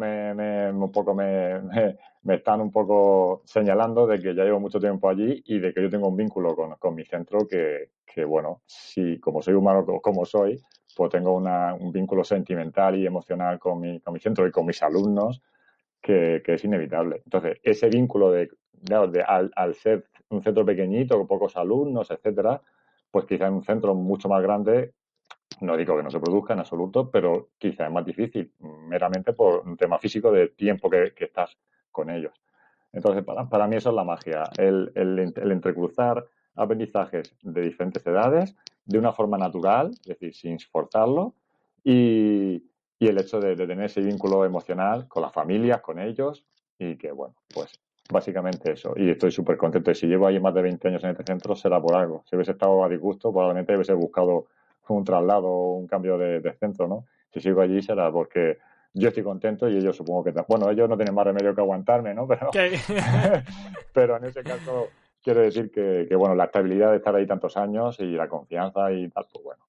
me están un poco señalando de que ya llevo mucho tiempo allí y de que yo tengo un vínculo con mi centro que, bueno, si como soy humano como soy, pues tengo un vínculo sentimental y emocional con mi centro y con mis alumnos que es inevitable. Entonces, ese vínculo claro, al ser un centro pequeñito, con pocos alumnos, etcétera, pues quizá en un centro mucho más grande no digo que no se produzca en absoluto, pero quizá es más difícil, meramente por un tema físico de tiempo que estás con ellos. Entonces, para mí eso es la magia, el entrecruzar aprendizajes de diferentes edades de una forma natural, es decir, sin forzarlo, y el hecho de tener ese vínculo emocional con las familias, con ellos, y que, bueno, pues básicamente eso. Y estoy súper contento. Y si llevo ahí más de 20 años en este centro, será por algo. Si hubiese estado a disgusto, probablemente hubiese buscado un traslado o un cambio de centro, ¿no? Si sigo allí será porque yo estoy contento y ellos supongo que... Bueno, ellos no tienen más remedio que aguantarme, ¿no? Pero, pero en ese caso quiero decir que, bueno, la estabilidad de estar ahí tantos años y la confianza y tal, pues bueno,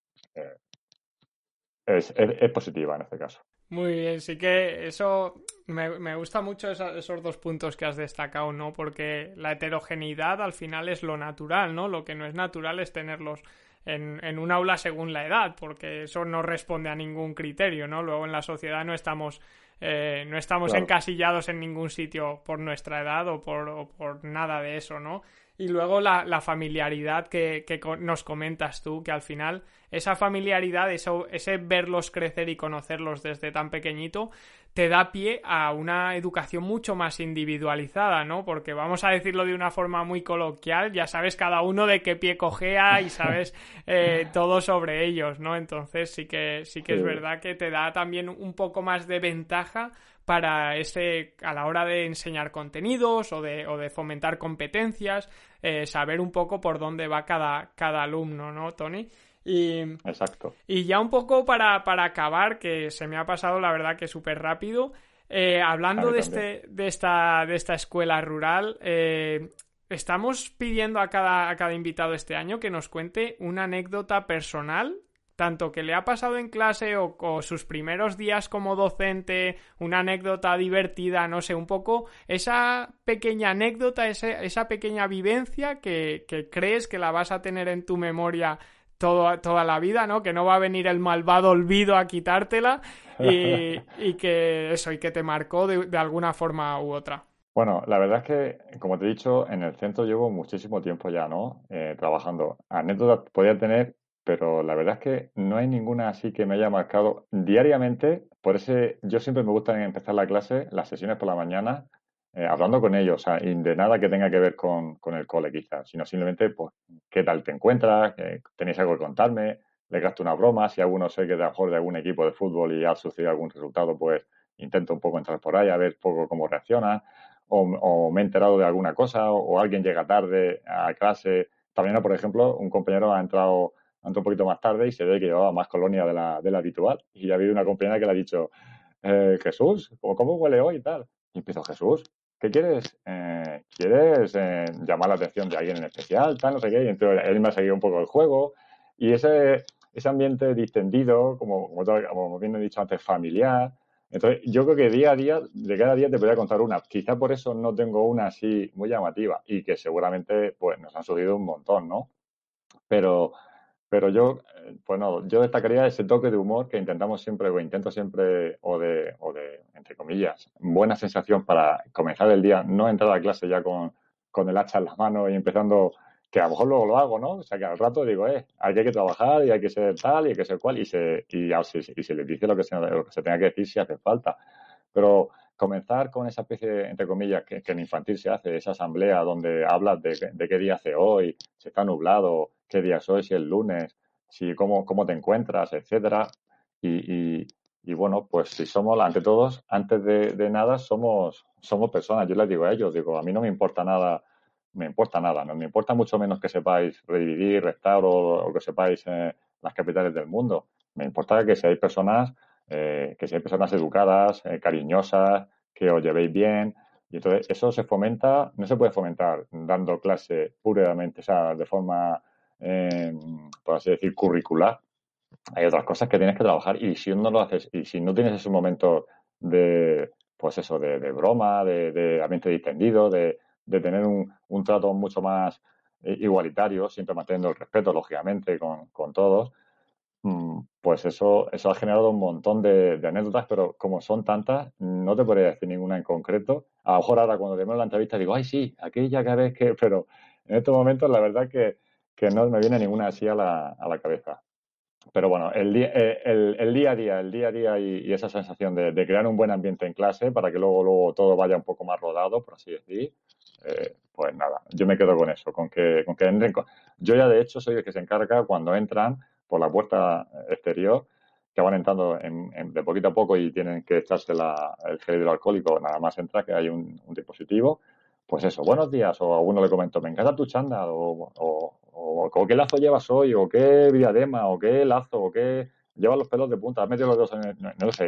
es positiva en este caso. Muy bien, sí que eso me gusta mucho esos dos puntos que has destacado, ¿no? Porque la heterogeneidad al final es lo natural, ¿no? Lo que no es natural es tenerlos en un aula según la edad, porque eso no responde a ningún criterio, ¿no? Luego en la sociedad no estamos claro, encasillados en ningún sitio por nuestra edad o por nada de eso, ¿no? Y luego la familiaridad que nos comentas tú, que al final esa familiaridad, ese verlos crecer y conocerlos desde tan pequeñito, te da pie a una educación mucho más individualizada, ¿no? Porque vamos a decirlo de una forma muy coloquial, ya sabes cada uno de qué pie cojea y sabes todo sobre ellos, ¿no? Entonces sí que es verdad que te da también un poco más de ventaja para a la hora de enseñar contenidos o de fomentar competencias, saber un poco por dónde va cada alumno, ¿no, Tony? Exacto. Y ya un poco para acabar, que se me ha pasado la verdad que súper rápido, hablando de esta escuela rural, estamos pidiendo a cada invitado este año que nos cuente una anécdota personal, tanto que le ha pasado en clase o sus primeros días como docente, una anécdota divertida, no sé, un poco esa pequeña anécdota, esa pequeña vivencia que crees que la vas a tener en tu memoria toda la vida, ¿no? Que no va a venir el malvado olvido a quitártela y que eso, y que te marcó de alguna forma u otra. Bueno, la verdad es que, como te he dicho, en el centro llevo muchísimo tiempo ya, ¿no? Trabajando. Anécdotas podía tener, pero la verdad es que no hay ninguna así que me haya marcado diariamente. Por ese, yo siempre me gusta empezar la clase, las sesiones por la mañana, hablando con ellos, o sea, y de nada que tenga que ver con el cole quizás, sino simplemente, pues, ¿qué tal te encuentras? ¿Tenéis algo que contarme? Les gasto una broma, si alguno sé que es de a lo mejor de algún equipo de fútbol y ha sucedido algún resultado, pues intento un poco entrar por ahí a ver un poco cómo reaccionan o me he enterado de alguna cosa o alguien llega tarde a clase. También, por ejemplo, un compañero ha entrado un poquito más tarde y se ve que llevaba más colonia de la habitual. Y ha habido una compañera que le ha dicho, Jesús, ¿cómo huele hoy y tal? Y empiezo, Jesús, ¿qué quieres? ¿Quieres llamar la atención de alguien en especial? Tal, no sé qué. Y entonces él me ha seguido un poco el juego. Y ese ambiente distendido, como bien he dicho antes, familiar, entonces, yo creo que día a día, de cada día te voy a contar una. Quizá por eso no tengo una así muy llamativa y que seguramente pues nos han sucedido un montón, ¿no? Pero, pero yo, bueno, yo destacaría ese toque de humor que intentamos siempre, o intento siempre, entre comillas, buena sensación para comenzar el día, no entrar a clase ya con el hacha en las manos y empezando, que a lo mejor luego lo hago, ¿no? O sea, que al rato digo, aquí hay que trabajar y hay que ser tal y hay que ser cual y se les dice lo que se tenga que decir si hace falta. Pero comenzar con esa especie, entre comillas, que en infantil se hace, esa asamblea donde hablas de qué día hace hoy, si está nublado, qué día es hoy, si es lunes, si cómo te encuentras, etcétera. Y, y, y bueno, pues si somos, ante todos, antes de nada, somos personas. Yo les digo a ellos, digo, a mí no me importa nada, no me importa mucho menos que sepáis redividir, restar o que sepáis las capitales del mundo. Me importa que seáis personas educadas, cariñosas, que os llevéis bien. Y entonces eso se fomenta, no se puede fomentar dando clase puramente, o sea, de forma, por así decir, curricular. Hay otras cosas que tienes que trabajar y si no lo haces, y si no tienes esos momentos de, pues eso, de broma, de ambiente distendido, de tener un trato mucho más igualitario, siempre manteniendo el respeto, lógicamente, con todos, pues eso ha generado un montón de anécdotas, pero como son tantas, no te podría decir ninguna en concreto. A lo mejor ahora cuando termino la entrevista digo, ay, sí, aquella que ves que... Pero en estos momentos la verdad que no me viene ninguna así a la cabeza. Pero bueno, el día a día y esa sensación de crear un buen ambiente en clase para que luego todo vaya un poco más rodado, por así decir, pues nada, yo me quedo con eso, con que entren. Yo ya de hecho soy el que se encarga cuando entran por la puerta exterior, que van entrando de poquito a poco y tienen que echarse el gel hidroalcohólico, nada más entrar, que hay un dispositivo. Pues eso, buenos días, o a uno le comento, me encanta tu chándal, o qué lazo llevas hoy, o qué diadema, o qué lazo, o qué llevas los pelos de punta, has metido los dedos en el, no sé,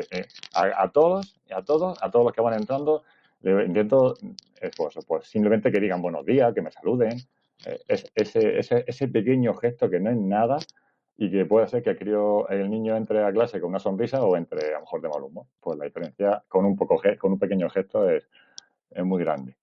a todos los que van entrando, le intento, pues simplemente que digan buenos días, que me saluden, ese pequeño gesto que no es nada y que puede ser que el niño entre a clase con una sonrisa o entre a lo mejor de mal humor. Pues la diferencia con un pequeño gesto es muy grande.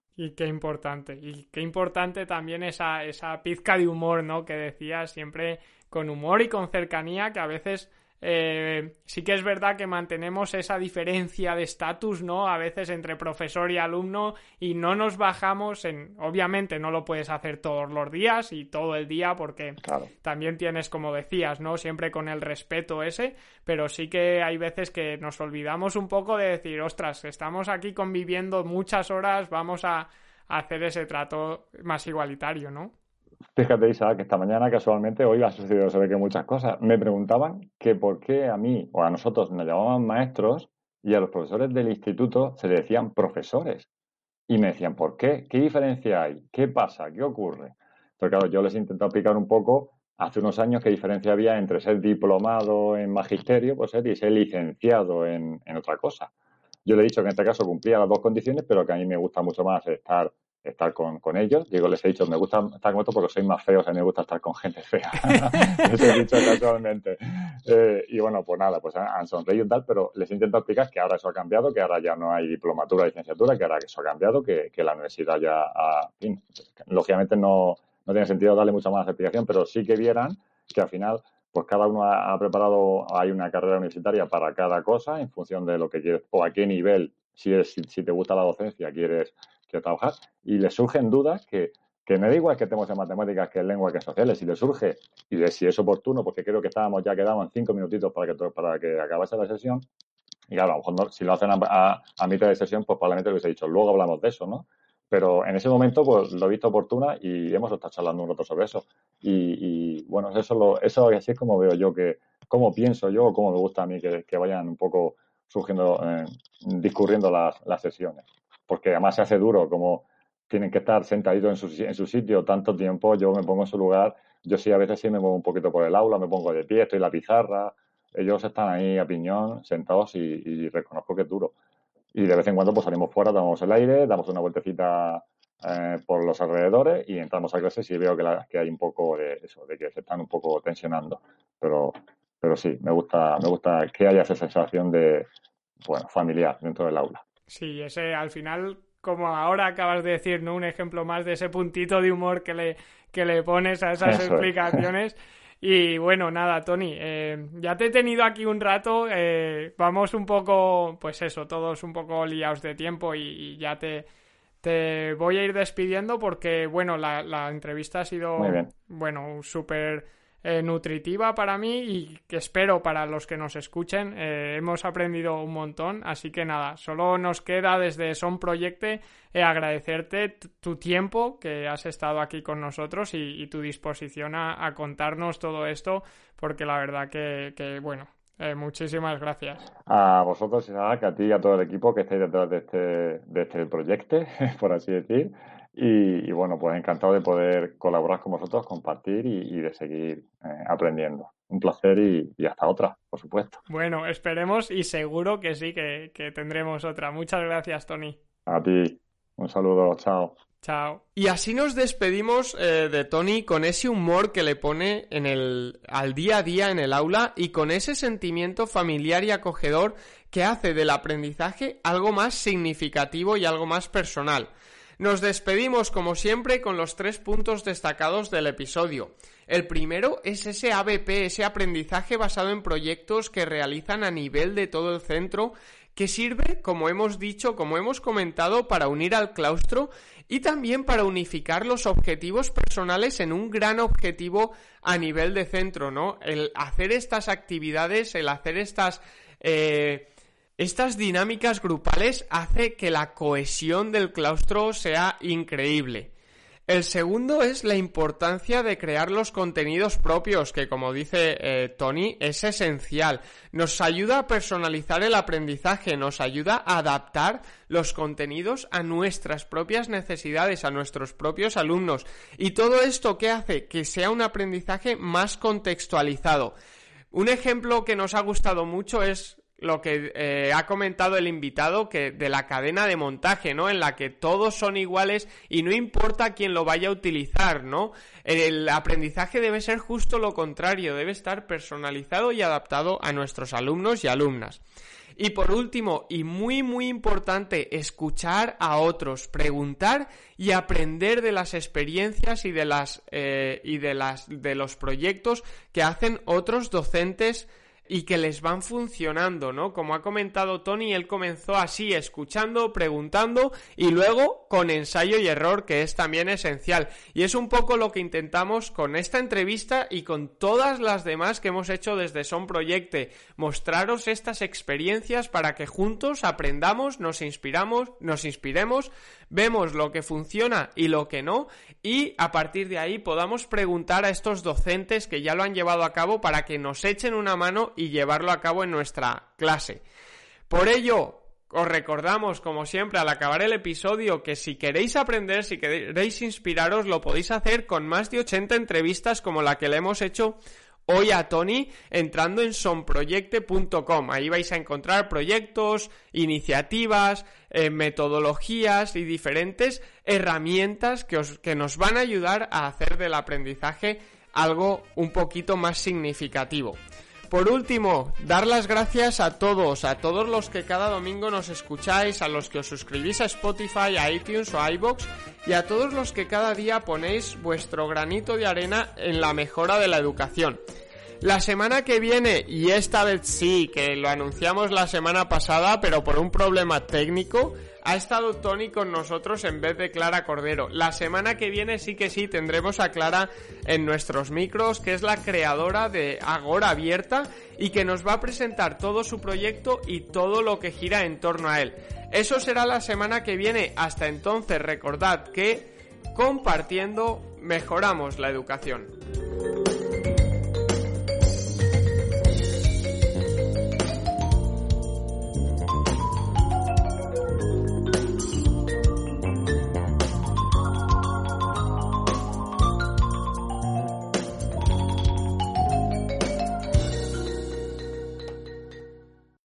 Y qué importante también esa pizca de humor, ¿no? Que decías, siempre con humor y con cercanía, que a veces sí que es verdad que mantenemos esa diferencia de estatus, ¿no? A veces entre profesor y alumno y no nos bajamos obviamente no lo puedes hacer todos los días y todo el día porque Claro. también tienes, como decías, ¿no? Siempre con el respeto ese, pero sí que hay veces que nos olvidamos un poco de decir, ostras, estamos aquí conviviendo muchas horas, vamos a hacer ese trato más igualitario, ¿no? Fíjate, Isa, que esta mañana casualmente, hoy ha sucedido, se ve que muchas cosas, me preguntaban que por qué a mí o a nosotros nos llamaban maestros y a los profesores del instituto se le decían profesores. Y me decían, ¿por qué? ¿Qué diferencia hay? ¿Qué pasa? ¿Qué ocurre? Entonces, claro, yo les intento explicar un poco hace unos años qué diferencia había entre ser diplomado en magisterio pues, y ser licenciado en otra cosa. Yo le he dicho que en este caso cumplía las dos condiciones, pero que a mí me gusta mucho más estar con ellos. Digo, les he dicho, me gusta estar con otros porque soy más feo, o sea, a mí me gusta estar con gente fea. Les he dicho casualmente. Y bueno, pues nada, pues han sonreído y tal, pero les intento explicar que ahora eso ha cambiado, que ahora ya no hay diplomatura, licenciatura, que ahora eso ha cambiado, que la universidad ya ha... En fin, lógicamente no tiene sentido darle mucha más explicación, pero sí que vieran que al final pues cada uno ha preparado, hay una carrera universitaria para cada cosa en función de lo que quieres o a qué nivel, si te gusta la docencia, quieres trabajar, y le surgen dudas que me da igual que estemos en matemáticas, que en lengua, que en sociales, si le surge, y de si es oportuno, porque creo que quedaban 5 minutitos para que acabase la sesión, y claro, a lo mejor si lo hacen a mitad de sesión, pues probablemente lo hubiese dicho, luego hablamos de eso, ¿no? Pero en ese momento, pues lo he visto oportuna y hemos estado charlando un rato sobre eso. Y bueno, eso así es como veo yo cómo pienso yo, o cómo me gusta a mí que vayan un poco surgiendo, discurriendo las sesiones. Porque además se hace duro, como tienen que estar sentaditos en su sitio tanto tiempo, yo me pongo en su lugar, yo sí a veces sí me muevo un poquito por el aula, me pongo de pie, estoy en la pizarra, ellos están ahí a piñón, sentados y reconozco que es duro. Y de vez en cuando pues salimos fuera, damos el aire, damos una vueltecita por los alrededores y entramos a clases y veo que hay un poco de eso, de que se están un poco tensionando. Pero sí, me gusta que haya esa sensación de, bueno, familiar dentro del aula. Sí, ese al final, como ahora acabas de decir, ¿no? Un ejemplo más de ese puntito de humor que le pones a esas Eso explicaciones. Y bueno, nada, Tony, ya te he tenido aquí un rato, vamos un poco, pues eso, todos un poco liados de tiempo y ya te voy a ir despidiendo porque, bueno, la entrevista ha sido, muy bien, bueno, súper nutritiva para mí y que espero para los que nos escuchen. Hemos aprendido un montón, así que nada, solo nos queda desde Son Proyecte agradecerte tu tiempo que has estado aquí con nosotros y tu disposición a contarnos todo esto, porque la verdad que bueno, muchísimas gracias. A vosotros, Isaac, a ti y a todo el equipo que estáis detrás de este proyecto, por así decir. Y bueno, pues encantado de poder colaborar con vosotros, compartir y de seguir aprendiendo. Un placer y hasta otra, por supuesto. Bueno, esperemos y seguro que sí, que tendremos otra. Muchas gracias, Tony. A ti, un saludo, chao. Chao. Y así nos despedimos de Tony con ese humor que le pone al día a día en el aula y con ese sentimiento familiar y acogedor que hace del aprendizaje algo más significativo y algo más personal. Nos despedimos como siempre con los 3 puntos destacados del episodio. El primero es ese ABP, ese aprendizaje basado en proyectos que realizan a nivel de todo el centro, que sirve, como hemos dicho, como hemos comentado, para unir al claustro y también para unificar los objetivos personales en un gran objetivo a nivel de centro, ¿no? El hacer estas actividades, el hacer estas dinámicas grupales hace que la cohesión del claustro sea increíble. El segundo es la importancia de crear los contenidos propios, que como dice Tony, es esencial. Nos ayuda a personalizar el aprendizaje, nos ayuda a adaptar los contenidos a nuestras propias necesidades, a nuestros propios alumnos. Y todo esto, ¿qué hace? Que sea un aprendizaje más contextualizado. Un ejemplo que nos ha gustado mucho es lo que ha comentado el invitado, que de la cadena de montaje, ¿no? En la que todos son iguales y no importa quién lo vaya a utilizar, ¿no? El aprendizaje debe ser justo lo contrario, debe estar personalizado y adaptado a nuestros alumnos y alumnas. Y por último, y muy muy importante, escuchar a otros, preguntar y aprender de las experiencias y de los proyectos que hacen otros docentes y que les van funcionando, ¿no? Como ha comentado Tony, él comenzó así, escuchando, preguntando y luego con ensayo y error, que es también esencial. Y es un poco lo que intentamos con esta entrevista y con todas las demás que hemos hecho desde Son Proyecte, mostraros estas experiencias para que juntos aprendamos, nos inspiremos, vemos lo que funciona y lo que no, y a partir de ahí podamos preguntar a estos docentes que ya lo han llevado a cabo para que nos echen una mano y llevarlo a cabo en nuestra clase. Por ello, os recordamos, como siempre, al acabar el episodio, que si queréis aprender, si queréis inspiraros, lo podéis hacer con más de 80 entrevistas como la que le hemos hecho hoy a Tony, entrando en sonproyecte.com. Ahí vais a encontrar proyectos, iniciativas, metodologías y diferentes herramientas que nos van a ayudar a hacer del aprendizaje algo un poquito más significativo. por último, dar las gracias a todos los que cada domingo nos escucháis, a los que os suscribís a Spotify, a iTunes o a iVoox, y a todos los que cada día ponéis vuestro granito de arena en la mejora de la educación. La semana que viene, y esta vez sí, que lo anunciamos la semana pasada, pero por un problema técnico, ha estado Tony con nosotros en vez de Clara Cordero. La semana que viene sí que sí tendremos a Clara en nuestros micros, que es la creadora de Agora Abierta y que nos va a presentar todo su proyecto y todo lo que gira en torno a él. Eso será la semana que viene. Hasta entonces, recordad que compartiendo mejoramos la educación.